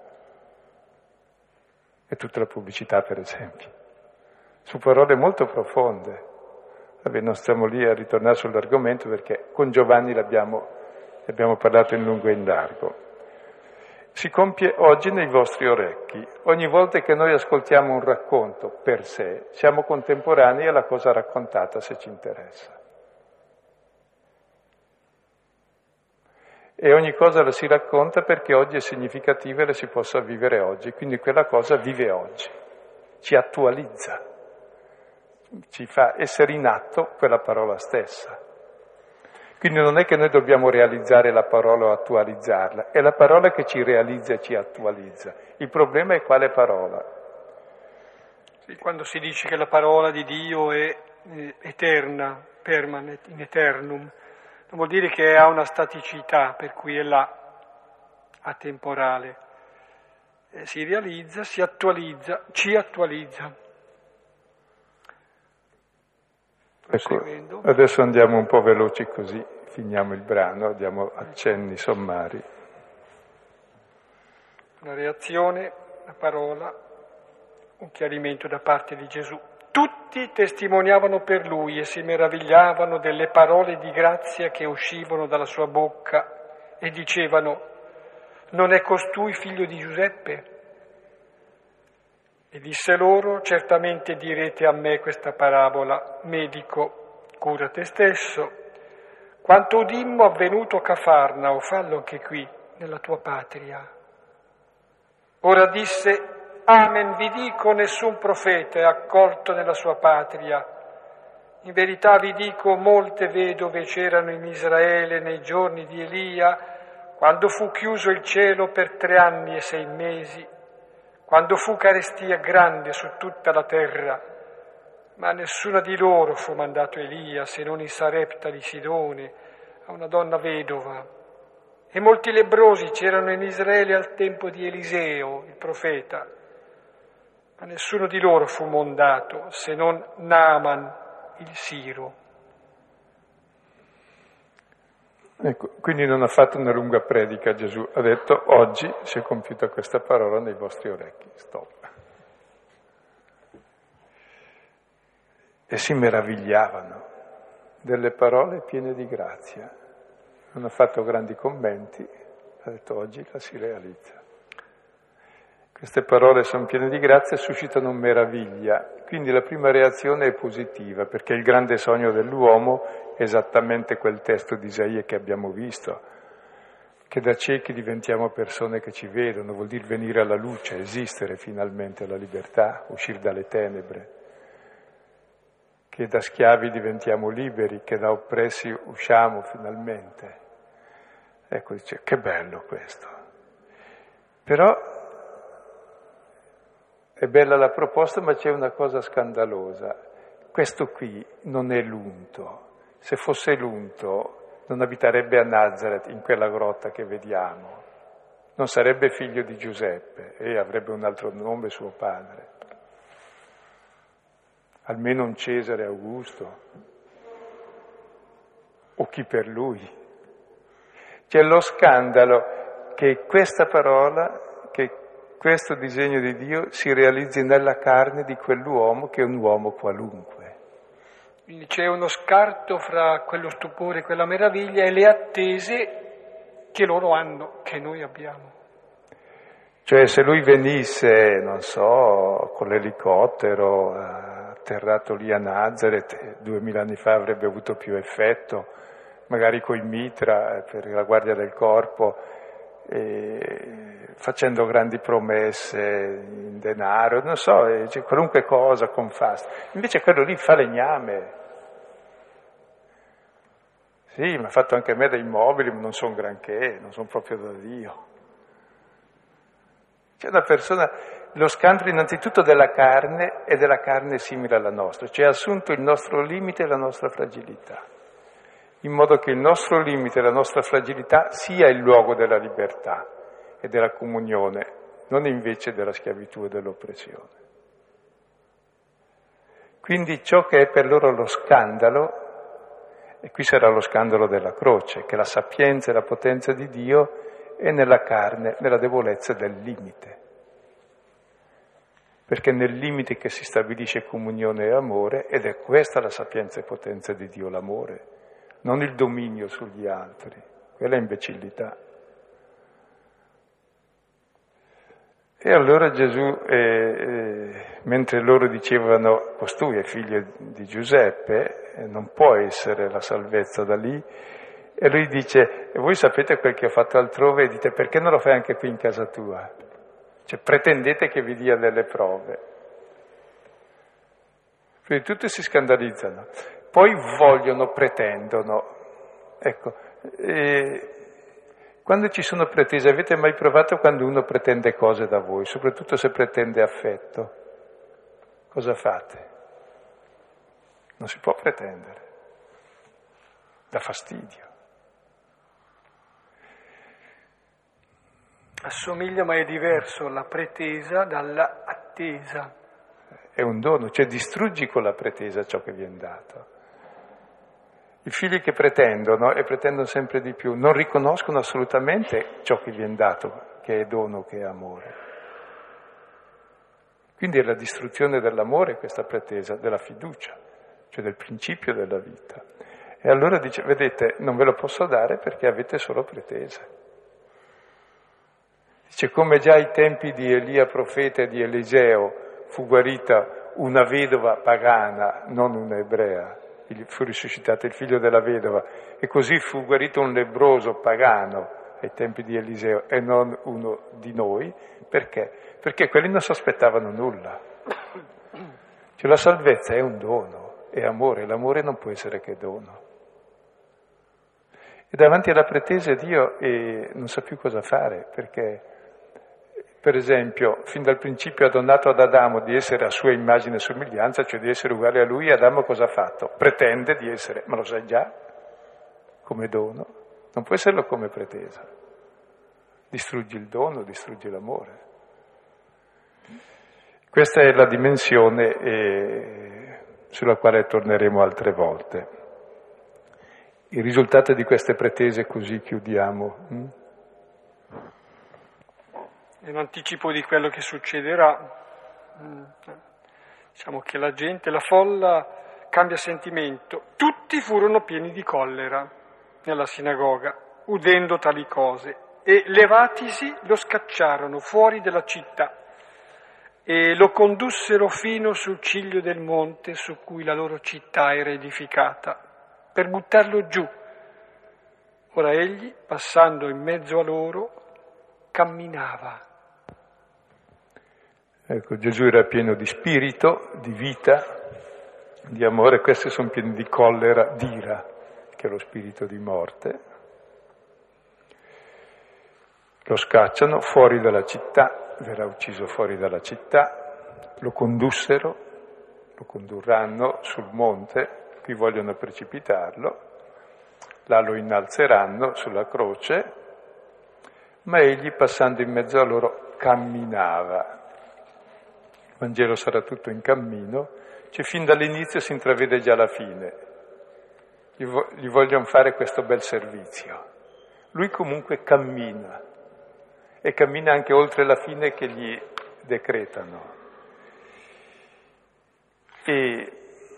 e tutta la pubblicità, per esempio. Su parole molto profonde. Vabbè, non stiamo lì a ritornare sull'argomento perché con Giovanni l'abbiamo, abbiamo parlato in lungo e in largo. Si compie oggi nei vostri orecchi. Ogni volta che noi ascoltiamo un racconto per sé, siamo contemporanei alla cosa raccontata, se ci interessa. E ogni cosa la si racconta perché oggi è significativa e la si possa vivere oggi. Quindi quella cosa vive oggi, ci attualizza, ci fa essere in atto quella parola stessa. Quindi non è che noi dobbiamo realizzare la parola o attualizzarla, è la parola che ci realizza e ci attualizza. Il problema è quale parola. Sì, quando si dice che la parola di Dio è eh, eterna, permanent, in eternum, non vuol dire che ha una staticità, per cui è là, atemporale. Eh, si realizza, si attualizza, ci attualizza. Ecco, adesso andiamo un po' veloci così finiamo il brano, diamo accenni sommari. Una reazione, una parola, un chiarimento da parte di Gesù. Tutti testimoniavano per lui e si meravigliavano delle parole di grazia che uscivano dalla sua bocca e dicevano: non è costui figlio di Giuseppe? E disse loro: certamente direte a me questa parabola: medico, cura te stesso. Quanto udimmo avvenuto a Cafarnao, fallo anche qui, nella tua patria. Ora disse: amen, vi dico, nessun profeta è accolto nella sua patria. In verità vi dico, molte vedove c'erano in Israele nei giorni di Elia, quando fu chiuso il cielo per tre anni e sei mesi, quando fu carestia grande su tutta la terra, ma nessuna di loro fu mandato Elia, se non in Sarepta di Sidone, a una donna vedova. E molti lebbrosi c'erano in Israele al tempo di Eliseo, il profeta, ma nessuno di loro fu mondato, se non Naaman, il Siro. Ecco, quindi non ha fatto una lunga predica Gesù, ha detto: oggi si è compiuta questa parola nei vostri orecchi. Stop. E si meravigliavano delle parole piene di grazia. Non ha fatto grandi commenti, ha detto: oggi la si realizza. Queste parole sono piene di grazia e suscitano meraviglia. Quindi la prima reazione è positiva, perché il grande sogno dell'uomo è esattamente quel testo di Isaia che abbiamo visto, che da ciechi diventiamo persone che ci vedono, vuol dire venire alla luce, esistere finalmente alla libertà, uscire dalle tenebre, che da schiavi diventiamo liberi, che da oppressi usciamo finalmente. Ecco, dice, che bello questo. Però è bella la proposta, ma c'è una cosa scandalosa. Questo qui non è l'unto. Se fosse l'unto non abiterebbe a Nazareth, in quella grotta che vediamo. Non sarebbe figlio di Giuseppe e avrebbe un altro nome suo padre. Almeno un Cesare Augusto. O chi per lui. C'è lo scandalo che questa parola, che questo disegno di Dio si realizzi nella carne di quell'uomo che è un uomo qualunque. Quindi c'è uno scarto fra quello stupore, quella meraviglia e le attese che loro hanno, che noi abbiamo. Cioè se lui venisse, non so, con l'elicottero, atterrato lì a Nazareth, duemila anni fa avrebbe avuto più effetto, magari coi mitra per la guardia del corpo, e facendo grandi promesse in denaro, non so, e cioè, qualunque cosa con fasta. Invece quello lì fa legname. Sì, mi ha fatto anche a me dei mobili, ma non sono granché, non sono proprio da Dio. C'è una persona, lo scandalo innanzitutto della carne e della carne simile alla nostra, cioè ha assunto il nostro limite e la nostra fragilità, in modo che il nostro limite e la nostra fragilità sia il luogo della libertà e della comunione, non invece della schiavitù e dell'oppressione. Quindi ciò che è per loro lo scandalo, e qui sarà lo scandalo della croce, che la sapienza e la potenza di Dio è nella carne, nella debolezza del limite. Perché nel limite che si stabilisce comunione e amore, ed è questa la sapienza e potenza di Dio, l'amore, non il dominio sugli altri, quella è imbecillità. E allora Gesù, eh, eh, mentre loro dicevano costui è figlio di Giuseppe, eh, non può essere la salvezza da lì, e lui dice, e voi sapete quel che ho fatto altrove, e dite perché non lo fai anche qui in casa tua? Cioè pretendete che vi dia delle prove. Quindi tutti si scandalizzano, poi vogliono, pretendono. Ecco, e quando ci sono pretese, avete mai provato quando uno pretende cose da voi, soprattutto se pretende affetto? Cosa fate? Non si può pretendere, dà fastidio. Assomiglia, ma è diverso la pretesa dalla attesa. È un dono, cioè distruggi con la pretesa ciò che viene dato. I figli che pretendono, e pretendono sempre di più, non riconoscono assolutamente ciò che viene dato, che è dono, che è amore. Quindi è la distruzione dell'amore questa pretesa, della fiducia, cioè del principio della vita. E allora dice, vedete, non ve lo posso dare perché avete solo pretese. Dice, come già ai tempi di Elia profeta e di Eliseo fu guarita una vedova pagana, non una ebrea, fu risuscitato il figlio della vedova, e così fu guarito un lebbroso pagano ai tempi di Eliseo e non uno di noi. Perché? Perché quelli non si aspettavano nulla. Cioè la salvezza è un dono, è amore, l'amore non può essere che dono. E davanti alla pretesa Dio eh, non sa più cosa fare, perché per esempio fin dal principio ha donato ad Adamo di essere a sua immagine e somiglianza, cioè di essere uguale a lui. Adamo cosa ha fatto? Pretende di essere, ma lo sai già, come dono, non può esserlo come pretesa. Distruggi il dono, distruggi l'amore. Questa è la dimensione eh, sulla quale torneremo altre volte. Il risultato di queste pretese, così chiudiamo. Hm? È un anticipo di quello che succederà. Diciamo che la gente, la folla cambia sentimento. Tutti furono pieni di collera nella sinagoga, udendo tali cose, e levatisi lo scacciarono fuori della città e lo condussero fino sul ciglio del monte su cui la loro città era edificata, per buttarlo giù. Ora egli, passando in mezzo a loro, camminava. Ecco, Gesù era pieno di spirito, di vita, di amore. Questi sono pieni di collera, d'ira, che è lo spirito di morte. Lo scacciano fuori dalla città, verrà ucciso fuori dalla città, lo condussero, lo condurranno sul monte, qui vogliono precipitarlo, là lo innalzeranno sulla croce, ma egli, passando in mezzo a loro, camminava. Il Vangelo sarà tutto in cammino, cioè fin dall'inizio si intravede già la fine. Gli, vo- gli vogliono fare questo bel servizio. Lui comunque cammina, e cammina anche oltre la fine che gli decretano. E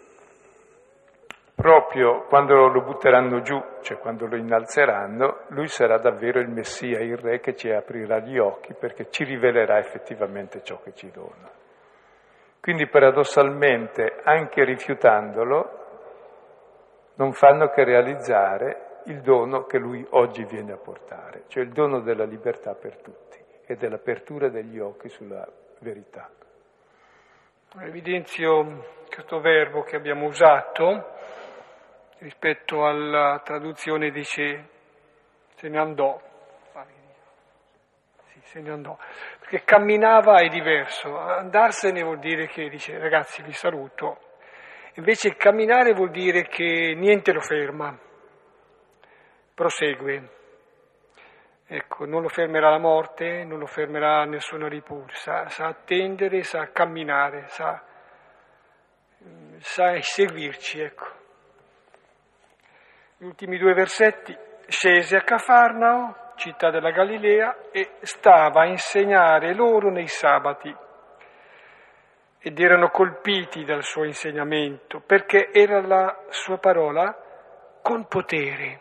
proprio quando lo butteranno giù, cioè quando lo innalzeranno, lui sarà davvero il Messia, il Re che ci aprirà gli occhi, perché ci rivelerà effettivamente ciò che ci dona. Quindi paradossalmente, anche rifiutandolo, non fanno che realizzare il dono che lui oggi viene a portare, cioè il dono della libertà per tutti e dell'apertura degli occhi sulla verità. Evidenzio questo verbo che abbiamo usato rispetto alla traduzione, dice se ne andò. Sì, se ne andò. Perché camminava è diverso. Andarsene vuol dire che dice ragazzi vi saluto. Invece camminare vuol dire che niente lo ferma, prosegue. Ecco, non lo fermerà la morte, non lo fermerà nessuna ripulsa, sa attendere, sa camminare, sa, sa seguirci, ecco. Gli ultimi due versetti: scese a Cafarnao, città della Galilea, e stava a insegnare loro nei sabati. Ed erano colpiti dal suo insegnamento, perché era la sua parola con potere.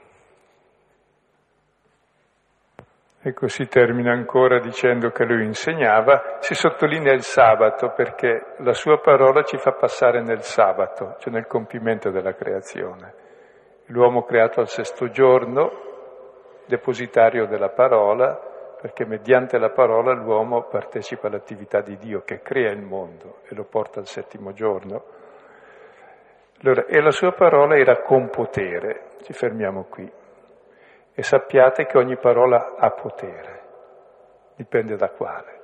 E così termina ancora dicendo che lui insegnava, si sottolinea il sabato perché la sua parola ci fa passare nel sabato, cioè nel compimento della creazione. L'uomo creato al sesto giorno, depositario della parola, perché mediante la parola l'uomo partecipa all'attività di Dio che crea il mondo e lo porta al settimo giorno. Allora, e la sua parola era con potere, ci fermiamo qui. E sappiate che ogni parola ha potere, dipende da quale.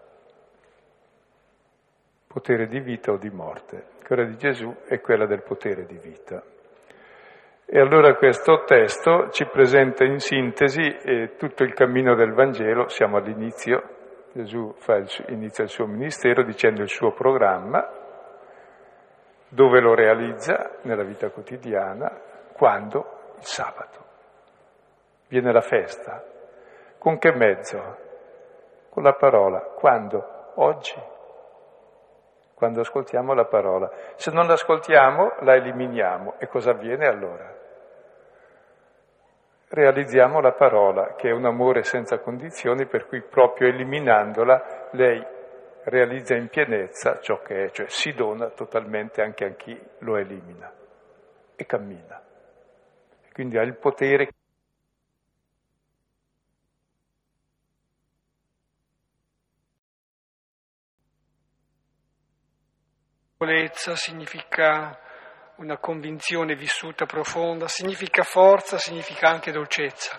Potere di vita o di morte. Quella di Gesù è quella del potere di vita. E allora questo testo ci presenta in sintesi eh, tutto il cammino del Vangelo. Siamo all'inizio, Gesù fa il suo, inizia il suo ministero dicendo il suo programma, dove lo realizza nella vita quotidiana, quando? Il sabato. Viene la festa. Con che mezzo? Con la parola. Quando? Oggi. Quando ascoltiamo la parola. Se non l'ascoltiamo, la eliminiamo. E cosa avviene allora? Realizziamo la parola, che è un amore senza condizioni, per cui proprio eliminandola, lei realizza in pienezza ciò che è, cioè si dona totalmente anche a chi lo elimina. E cammina. Quindi ha il potere. Significa una convinzione vissuta profonda, significa forza, significa anche dolcezza.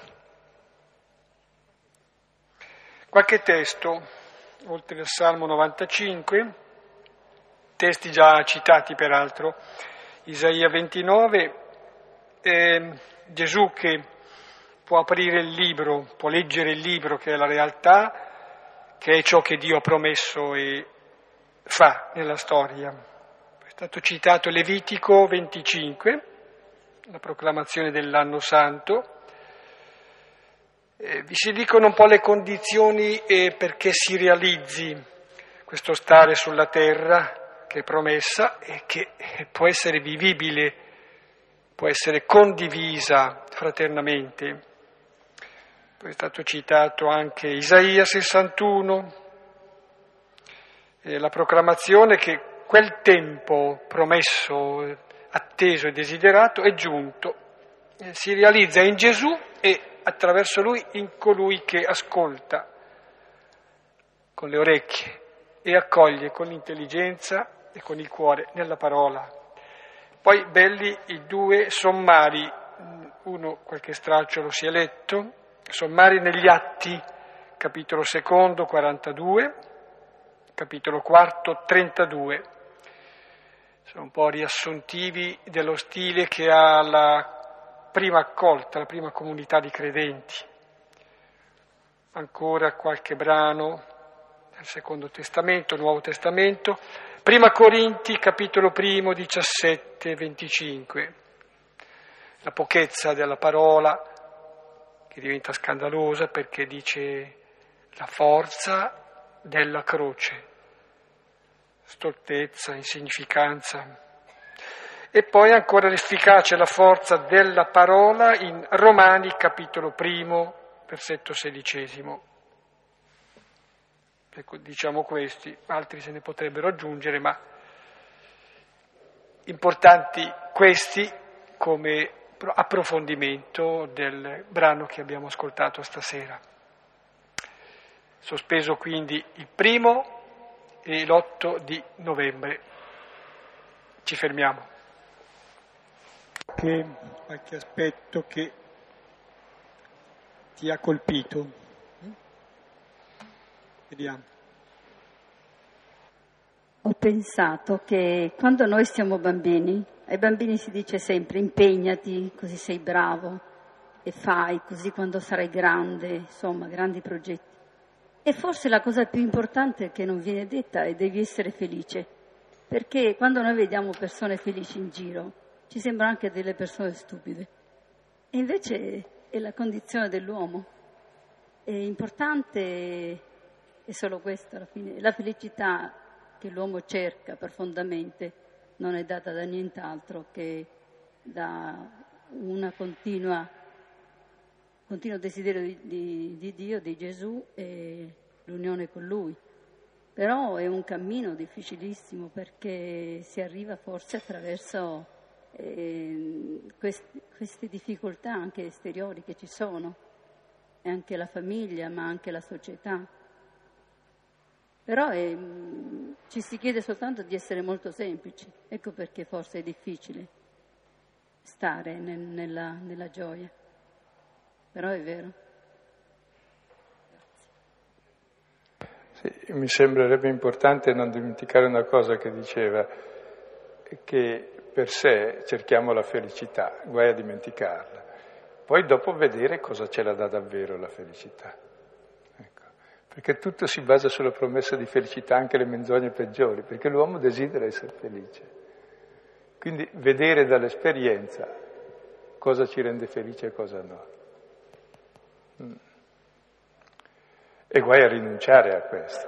Qualche testo, oltre al Salmo novantacinque, testi già citati peraltro, Isaia ventinove, eh, Gesù che può aprire il libro, può leggere il libro che è la realtà, che è ciò che Dio ha promesso e fa nella storia. È stato citato Levitico venticinque, la proclamazione dell'anno santo. Eh, vi si dicono un po' le condizioni eh, perché si realizzi questo stare sulla terra che è promessa e che può essere vivibile, può essere condivisa fraternamente. Poi è stato citato anche Isaia sessantuno, eh, la proclamazione che quel tempo promesso, atteso e desiderato è giunto, eh, si realizza in Gesù e attraverso Lui in colui che ascolta con le orecchie e accoglie con l'intelligenza e con il cuore nella parola. Poi belli i due sommari, uno qualche stralcio lo si è letto, sommari negli Atti, capitolo secondo, quarantadue, capitolo quarto, trentadue. Sono un po' riassuntivi dello stile che ha la prima accolta, la prima comunità di credenti. Ancora qualche brano del Secondo Testamento, Nuovo Testamento, Prima Corinti, capitolo primo, diciassette, venticinque. La pochezza della parola che diventa scandalosa perché dice la forza della croce. Stoltezza, insignificanza. E poi ancora l'efficacia e la forza della parola in Romani, capitolo primo, versetto sedicesimo. Ecco, diciamo questi, altri se ne potrebbero aggiungere, ma importanti questi come approfondimento del brano che abbiamo ascoltato stasera. Sospeso quindi il primo e l'otto di novembre. Ci fermiamo. Che qualche aspetto che ti ha colpito? Vediamo. Ho pensato che quando noi siamo bambini, ai bambini si dice sempre impegnati, così sei bravo, e fai, così quando sarai grande, insomma, grandi progetti. E forse la cosa più importante che non viene detta è devi essere felice, perché quando noi vediamo persone felici in giro, ci sembrano anche delle persone stupide. E invece è la condizione dell'uomo. È importante, è solo questo alla fine, la felicità che l'uomo cerca profondamente non è data da nient'altro che da una continua, continuo desiderio di, di, di Dio, di Gesù e l'unione con Lui. Però è un cammino difficilissimo perché si arriva forse attraverso eh, quest, queste difficoltà anche esteriori che ci sono, e anche la famiglia ma anche la società. Però è, ci si chiede soltanto di essere molto semplici, ecco perché forse è difficile stare nel, nella, nella gioia, però è vero. Sì, mi sembrerebbe importante non dimenticare una cosa che diceva, che per sé cerchiamo la felicità, guai a dimenticarla, poi dopo vedere cosa ce la dà davvero la felicità. Perché tutto si basa sulla promessa di felicità, anche le menzogne peggiori, perché l'uomo desidera essere felice. Quindi vedere dall'esperienza cosa ci rende felice e cosa no. E guai a rinunciare a questo.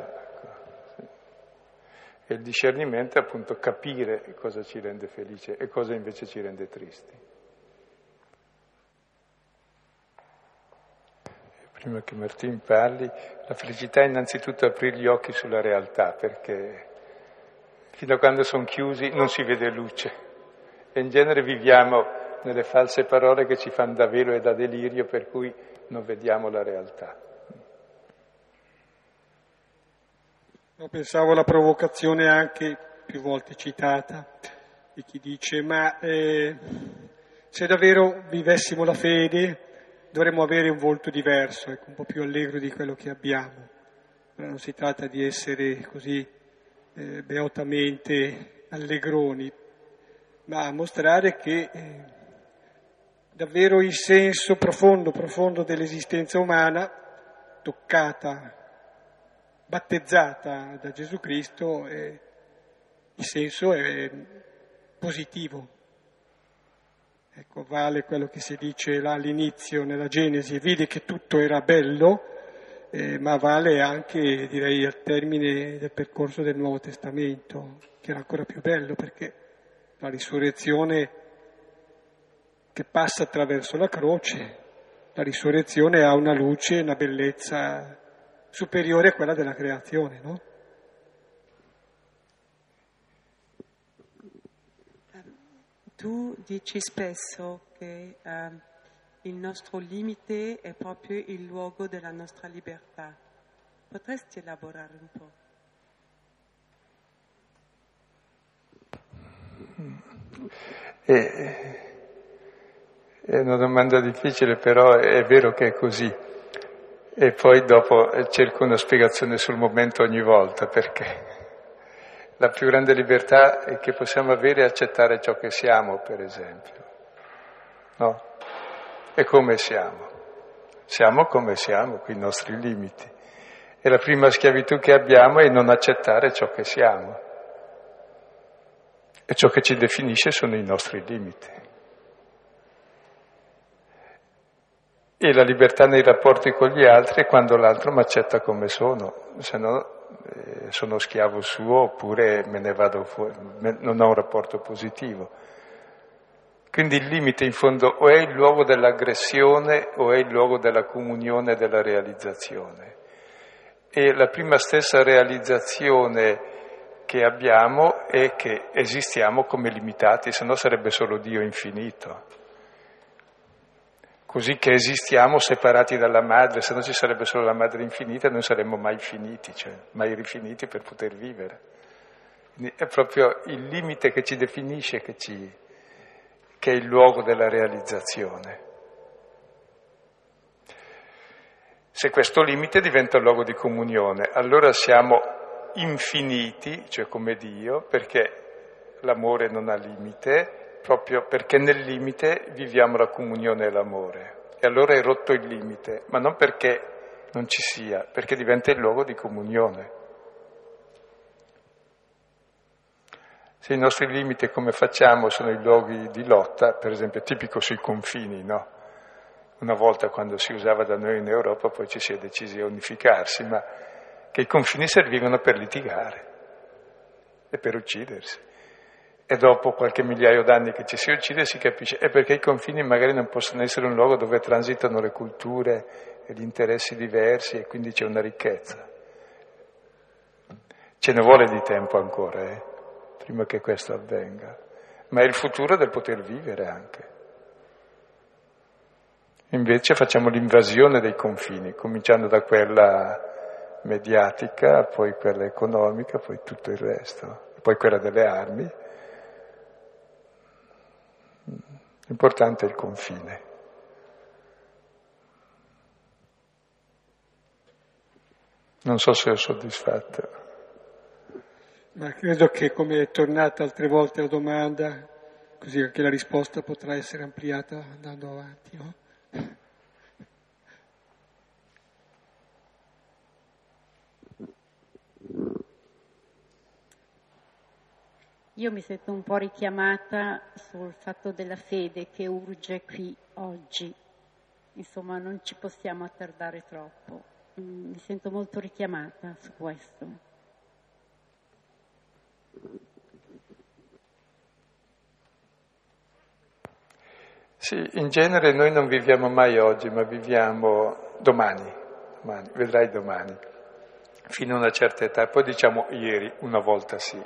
E il discernimento è appunto capire cosa ci rende felice e cosa invece ci rende tristi. Prima che Martin parli, la felicità è innanzitutto aprire gli occhi sulla realtà, perché fino a quando sono chiusi non si vede luce. E in genere viviamo nelle false parole che ci fanno da velo e da delirio, per cui non vediamo la realtà. No, pensavo alla provocazione anche più volte citata di chi dice ma eh, se davvero vivessimo la fede dovremmo avere un volto diverso, ecco, un po' più allegro di quello che abbiamo. Allora non si tratta di essere così eh, beatamente allegroni, ma mostrare che eh, davvero il senso profondo, profondo dell'esistenza umana, toccata, battezzata da Gesù Cristo, eh, il senso è positivo. Ecco, vale quello che si dice là all'inizio, nella Genesi, vide che tutto era bello, eh, ma vale anche, direi, al termine del percorso del Nuovo Testamento, che era ancora più bello, perché la risurrezione che passa attraverso la croce, la risurrezione ha una luce, una bellezza superiore a quella della creazione, no? Tu dici spesso che eh, il nostro limite è proprio il luogo della nostra libertà. Potresti elaborare un po'? È, è una domanda difficile, però è vero che è così. E poi dopo cerco una spiegazione sul momento ogni volta, perché la più grande libertà che possiamo avere è accettare ciò che siamo, per esempio. No? E come siamo? Siamo come siamo, con i nostri limiti. E la prima schiavitù che abbiamo è non accettare ciò che siamo. E ciò che ci definisce sono i nostri limiti. E la libertà nei rapporti con gli altri è quando l'altro mi accetta come sono, se no eh, sono schiavo suo oppure me ne vado fuori, non ho un rapporto positivo. Quindi il limite in fondo o è il luogo dell'aggressione o è il luogo della comunione e della realizzazione. E la prima stessa realizzazione che abbiamo è che esistiamo come limitati, se no sarebbe solo Dio infinito. così che esistiamo separati dalla madre, se no ci sarebbe solo la madre infinita e noi saremmo mai finiti, cioè mai rifiniti per poter vivere. Quindi è proprio il limite che ci definisce, che, ci, che è il luogo della realizzazione. Se questo limite diventa un luogo di comunione, allora siamo infiniti, cioè come Dio, perché l'amore non ha limite, proprio perché nel limite viviamo la comunione e l'amore. E allora è rotto il limite, ma non perché non ci sia, perché diventa il luogo di comunione. Se i nostri limiti, come facciamo, sono i luoghi di lotta, per esempio è tipico sui confini, no? Una volta quando si usava da noi in Europa, poi ci si è decisi a unificarsi, ma che i confini servivano per litigare e per uccidersi. E dopo qualche migliaio d'anni che ci si uccide si capisce, è perché i confini magari non possono essere un luogo dove transitano le culture e gli interessi diversi e quindi c'è una ricchezza. Ce ne vuole di tempo ancora, eh, prima che questo avvenga, ma è il futuro del poter vivere anche. Invece facciamo l'invasione dei confini, cominciando da quella mediatica, poi quella economica, poi tutto il resto, poi quella delle armi. L'importante è il confine. Non so se ho soddisfatto. Ma credo che, come è tornata altre volte la domanda, così anche la risposta potrà essere ampliata andando avanti, no? Io mi sento un po' richiamata sul fatto della fede che urge qui oggi. Insomma, non ci possiamo attardare troppo. Mi sento molto richiamata su questo. Sì, in genere noi non viviamo mai oggi, ma viviamo domani, domani, vedrai domani, fino a una certa età, poi diciamo ieri, una volta sì.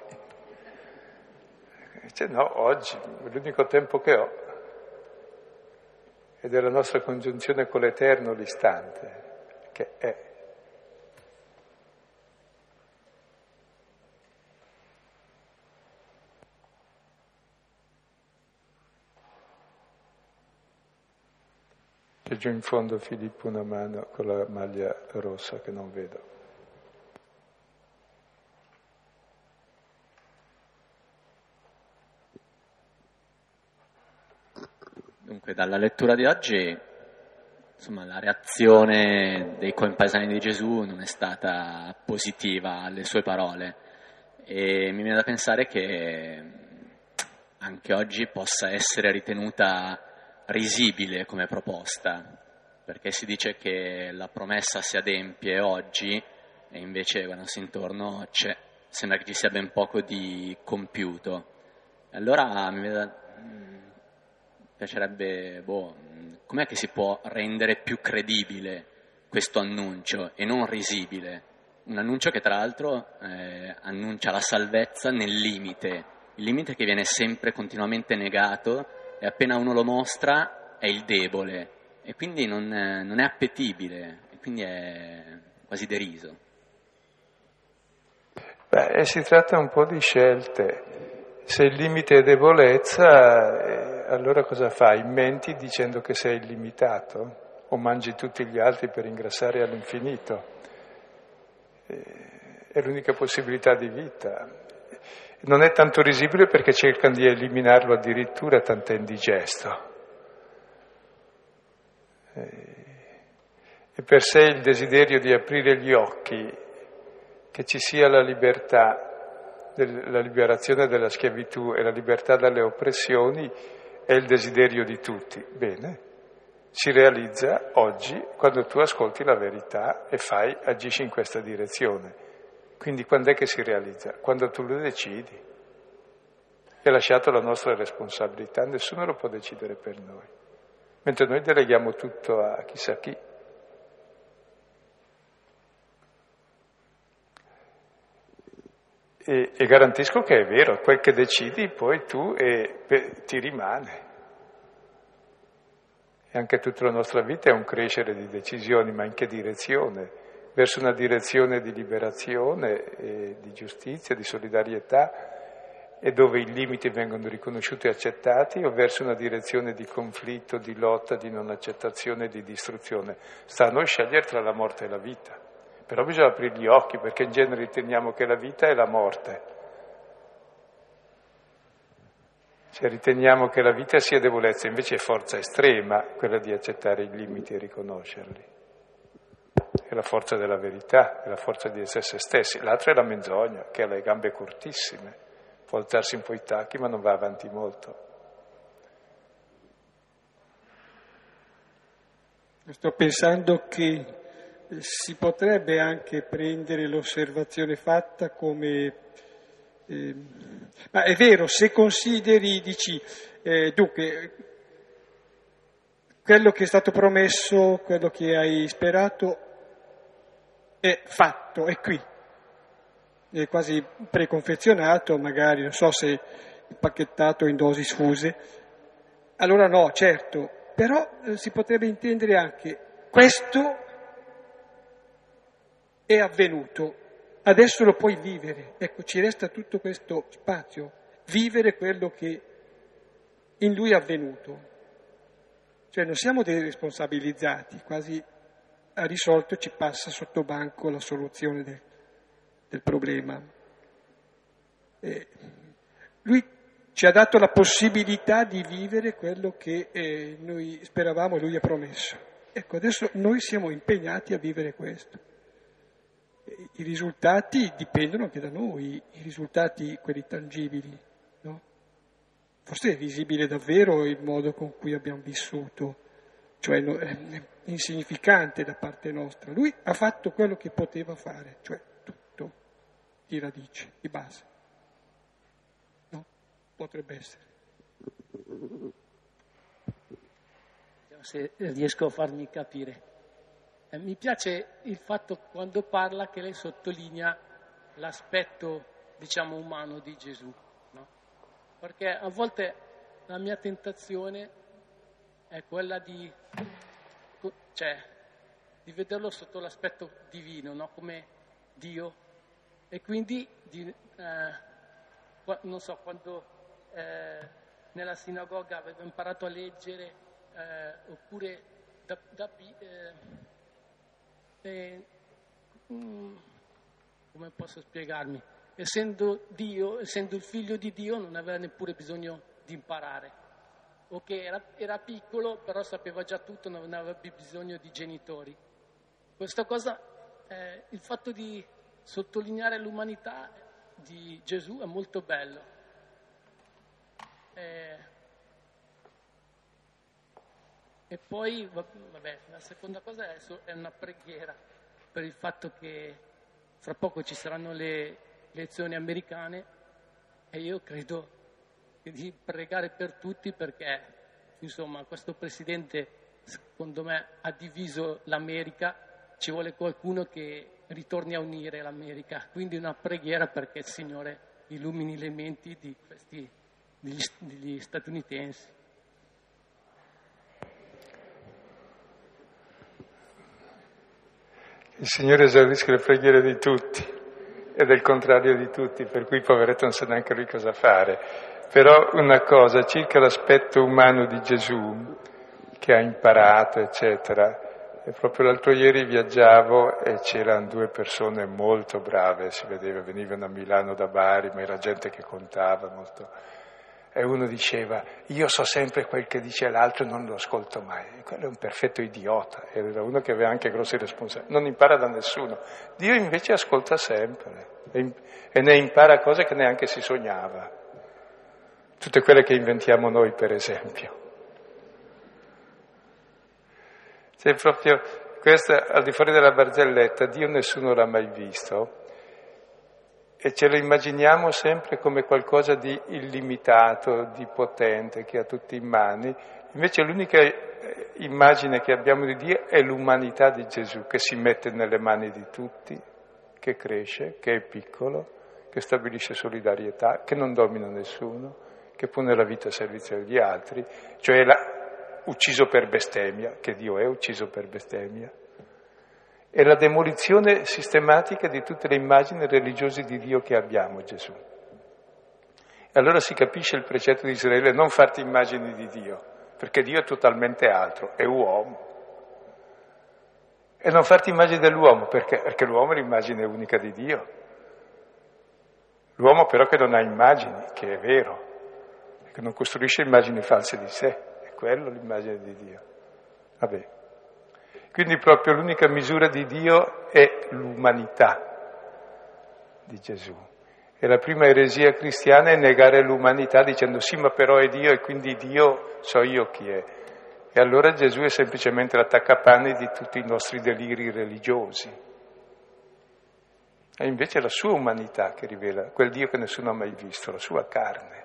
Dice no, oggi, è l'unico tempo che ho, ed è la nostra congiunzione con l'Eterno l'istante, che è. C'è giù in fondo Filippo una mano con la maglia rossa che non vedo. Dunque, dalla lettura di oggi, insomma, la reazione dei compaesani di Gesù non è stata positiva alle sue parole e mi viene da pensare che anche oggi possa essere ritenuta risibile come proposta, perché si dice che la promessa si adempie oggi e invece guardandosi intorno c'è, sembra che ci sia ben poco di compiuto. Allora mi viene da, mi piacerebbe, boh, com'è che si può rendere più credibile questo annuncio e non risibile? Un annuncio che tra l'altro eh, annuncia la salvezza nel limite, il limite che viene sempre continuamente negato e appena uno lo mostra è il debole e quindi non è, non è appetibile e quindi è quasi deriso. Beh, si tratta un po' di scelte. Se il limite è debolezza, eh, allora cosa fai? Menti dicendo che sei illimitato o mangi tutti gli altri per ingrassare all'infinito? Eh, è l'unica possibilità di vita. Non è tanto risibile perché cercano di eliminarlo addirittura, tanto è indigesto. E per sé il desiderio di aprire gli occhi, che ci sia la libertà, la liberazione dalla schiavitù e la libertà dalle oppressioni, è il desiderio di tutti. Bene, si realizza oggi quando tu ascolti la verità e fai, agisci in questa direzione. Quindi quando è che si realizza? Quando tu lo decidi. È lasciato la nostra responsabilità, nessuno lo può decidere per noi. Mentre noi deleghiamo tutto a chissà chi. E, e garantisco che è vero, quel che decidi poi tu e, pe, ti rimane. E anche tutta la nostra vita è un crescere di decisioni, ma in che direzione? Verso una direzione di liberazione, e di giustizia, di solidarietà, e dove i limiti vengono riconosciuti e accettati, o verso una direzione di conflitto, di lotta, di non accettazione, di distruzione. Sta a noi scegliere tra la morte e la vita. Però bisogna aprire gli occhi, perché in genere riteniamo che la vita è la morte. Cioè riteniamo che la vita sia debolezza, invece è forza estrema quella di accettare i limiti e riconoscerli. È la forza della verità, è la forza di essere se stessi. L'altra è la menzogna, che ha le gambe cortissime, può alzarsi un po' i tacchi ma non va avanti molto. Sto pensando che si potrebbe anche prendere l'osservazione fatta come... Eh, ma è vero, se consideri, dici, eh, dunque, quello che è stato promesso, quello che hai sperato, è fatto, è qui. È quasi preconfezionato, magari, non so se impacchettato in dosi sfuse. Allora no, certo, però eh, si potrebbe intendere anche questo è avvenuto, adesso lo puoi vivere. Ecco, ci resta tutto questo spazio, vivere quello che in lui è avvenuto. Cioè non siamo dei responsabilizzati, quasi a risolto ci passa sotto banco la soluzione del, del problema. E lui ci ha dato la possibilità di vivere quello che eh, noi speravamo e lui ha promesso. Ecco, adesso noi siamo impegnati a vivere questo. I risultati dipendono anche da noi, i risultati quelli tangibili, no? Forse è visibile davvero il modo con cui abbiamo vissuto, cioè è insignificante da parte nostra. Lui ha fatto quello che poteva fare, cioè tutto, di radice, di base. No? Potrebbe essere. Se riesco a farmi capire. Eh, mi piace il fatto quando parla che lei sottolinea l'aspetto, diciamo, umano di Gesù, no? Perché a volte la mia tentazione è quella di, cioè, di vederlo sotto l'aspetto divino, no? Come Dio, e quindi di, eh, non so, quando eh, nella sinagoga avevo imparato a leggere eh, oppure da, da eh, Eh, mm, come posso spiegarmi? Essendo Dio, essendo il figlio di Dio, non aveva neppure bisogno di imparare. Ok, era, era piccolo, però sapeva già tutto, non aveva bisogno di genitori. Questa cosa, eh, il fatto di sottolineare l'umanità di Gesù è molto bello. Eh, E poi, vabbè, la seconda cosa è, è una preghiera per il fatto che fra poco ci saranno le elezioni americane e io credo di pregare per tutti perché, insomma, questo presidente, secondo me, ha diviso l'America, ci vuole qualcuno che ritorni a unire l'America. Quindi una preghiera perché il Signore illumini le menti di questi, degli, degli statunitensi. Il Signore esaurisce le preghiere di tutti e del contrario di tutti, per cui poveretto non sa neanche lui cosa fare. Però una cosa, circa l'aspetto umano di Gesù, che ha imparato, eccetera, e proprio l'altro ieri viaggiavo e c'erano due persone molto brave, si vedeva, venivano a Milano da Bari, ma era gente che contava molto. E uno diceva, io so sempre quel che dice l'altro e non lo ascolto mai. E quello è un perfetto idiota, era uno che aveva anche grosse responsabilità, non impara da nessuno. Dio invece ascolta sempre e, e ne impara cose che neanche si sognava. Tutte quelle che inventiamo noi, per esempio. C'è proprio questo, al di fuori della barzelletta, Dio nessuno l'ha mai visto. E ce lo immaginiamo sempre come qualcosa di illimitato, di potente, che ha tutti in mani. Invece l'unica immagine che abbiamo di Dio è l'umanità di Gesù, che si mette nelle mani di tutti, che cresce, che è piccolo, che stabilisce solidarietà, che non domina nessuno, che pone la vita a servizio degli altri. Cioè la, ucciso per bestemmia, che Dio è ucciso per bestemmia. È la demolizione sistematica di tutte le immagini religiose di Dio che abbiamo, Gesù. E allora si capisce il precetto di Israele: non farti immagini di Dio, perché Dio è totalmente altro, è uomo. E non farti immagini dell'uomo, perché, perché l'uomo è l'immagine unica di Dio. L'uomo però che non ha immagini, che è vero, che non costruisce immagini false di sé, è quello l'immagine di Dio. Vabbè. Quindi proprio l'unica misura di Dio è l'umanità di Gesù. E la prima eresia cristiana è negare l'umanità dicendo sì, ma però è Dio e quindi Dio so io chi è. E allora Gesù è semplicemente l'attaccapanni di tutti i nostri deliri religiosi. E invece è la sua umanità che rivela quel Dio che nessuno ha mai visto, la sua carne.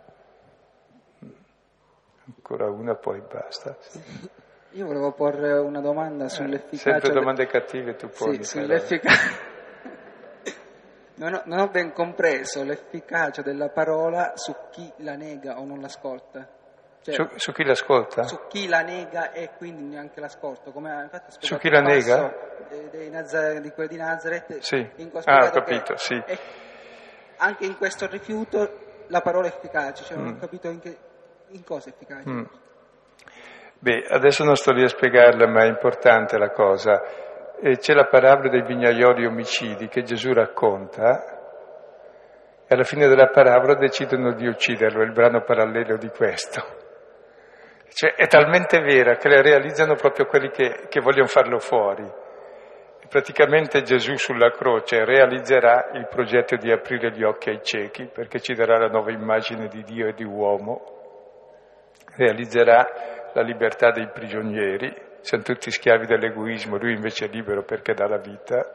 Ancora una, poi basta. Sì. Io volevo porre una domanda sull'efficacia... Sempre domande cattive tu poni. Sì, sull'efficacia... non, ho, non ho ben compreso l'efficacia della parola su chi la nega o non l'ascolta. Cioè, su, su chi l'ascolta? Su chi la nega e quindi neanche l'ascolta. Come infatti su chi la nega? Dei, dei Nazare, di quelli di Nazareth. Sì, in ah, ho capito, che sì. È, anche in questo rifiuto la parola è efficace, cioè mm. non ho capito in, che, in cosa è efficace. Mm. Beh, adesso non sto lì a spiegarla, ma è importante la cosa. E c'è la parabola dei vignaioli omicidi che Gesù racconta e alla fine della parabola decidono di ucciderlo, è il brano parallelo di questo. Cioè è talmente vera che la realizzano proprio quelli che, che vogliono farlo fuori. E praticamente Gesù sulla croce realizzerà il progetto di aprire gli occhi ai ciechi, perché ci darà la nuova immagine di Dio e di uomo, realizzerà la libertà dei prigionieri, siamo tutti schiavi dell'egoismo, lui invece è libero perché dà la vita,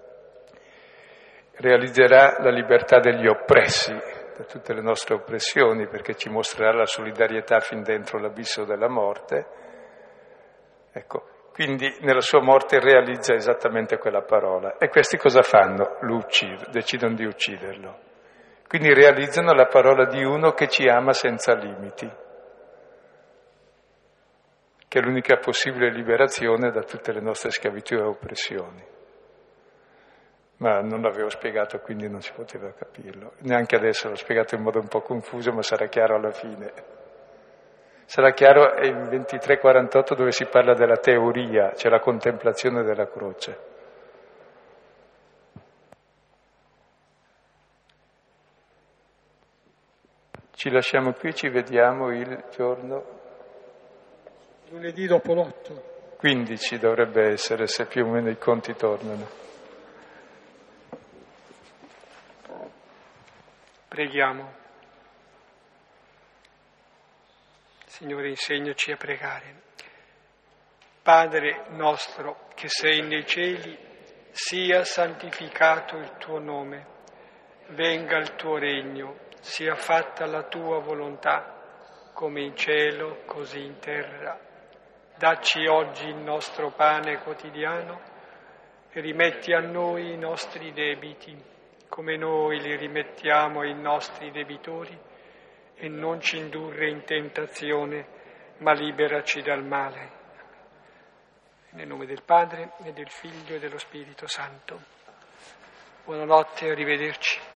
realizzerà la libertà degli oppressi da tutte le nostre oppressioni, perché ci mostrerà la solidarietà fin dentro l'abisso della morte. Ecco, quindi nella sua morte realizza esattamente quella parola. E questi cosa fanno? Lo uccidono, decidono di ucciderlo. Quindi realizzano la parola di uno che ci ama senza limiti, che è l'unica possibile liberazione da tutte le nostre schiavitù e oppressioni. Ma non l'avevo spiegato, quindi non si poteva capirlo. Neanche adesso l'ho spiegato in modo un po' confuso, ma sarà chiaro alla fine. Sarà chiaro in ventitré quarantotto dove si parla della teoria, c'è la contemplazione della croce. Ci lasciamo qui, ci vediamo il giorno... Lunedì dopo l'otto. quindici dovrebbe essere, se più o meno i conti tornano. Preghiamo. Signore, insegnaci a pregare. Padre nostro che sei nei cieli, sia santificato il tuo nome, venga il tuo regno, sia fatta la tua volontà, come in cielo, così in terra. Dacci oggi il nostro pane quotidiano e rimetti a noi i nostri debiti, come noi li rimettiamo ai nostri debitori, e non ci indurre in tentazione, ma liberaci dal male. Nel nome del Padre, e del Figlio, e dello Spirito Santo. Buonanotte, arrivederci.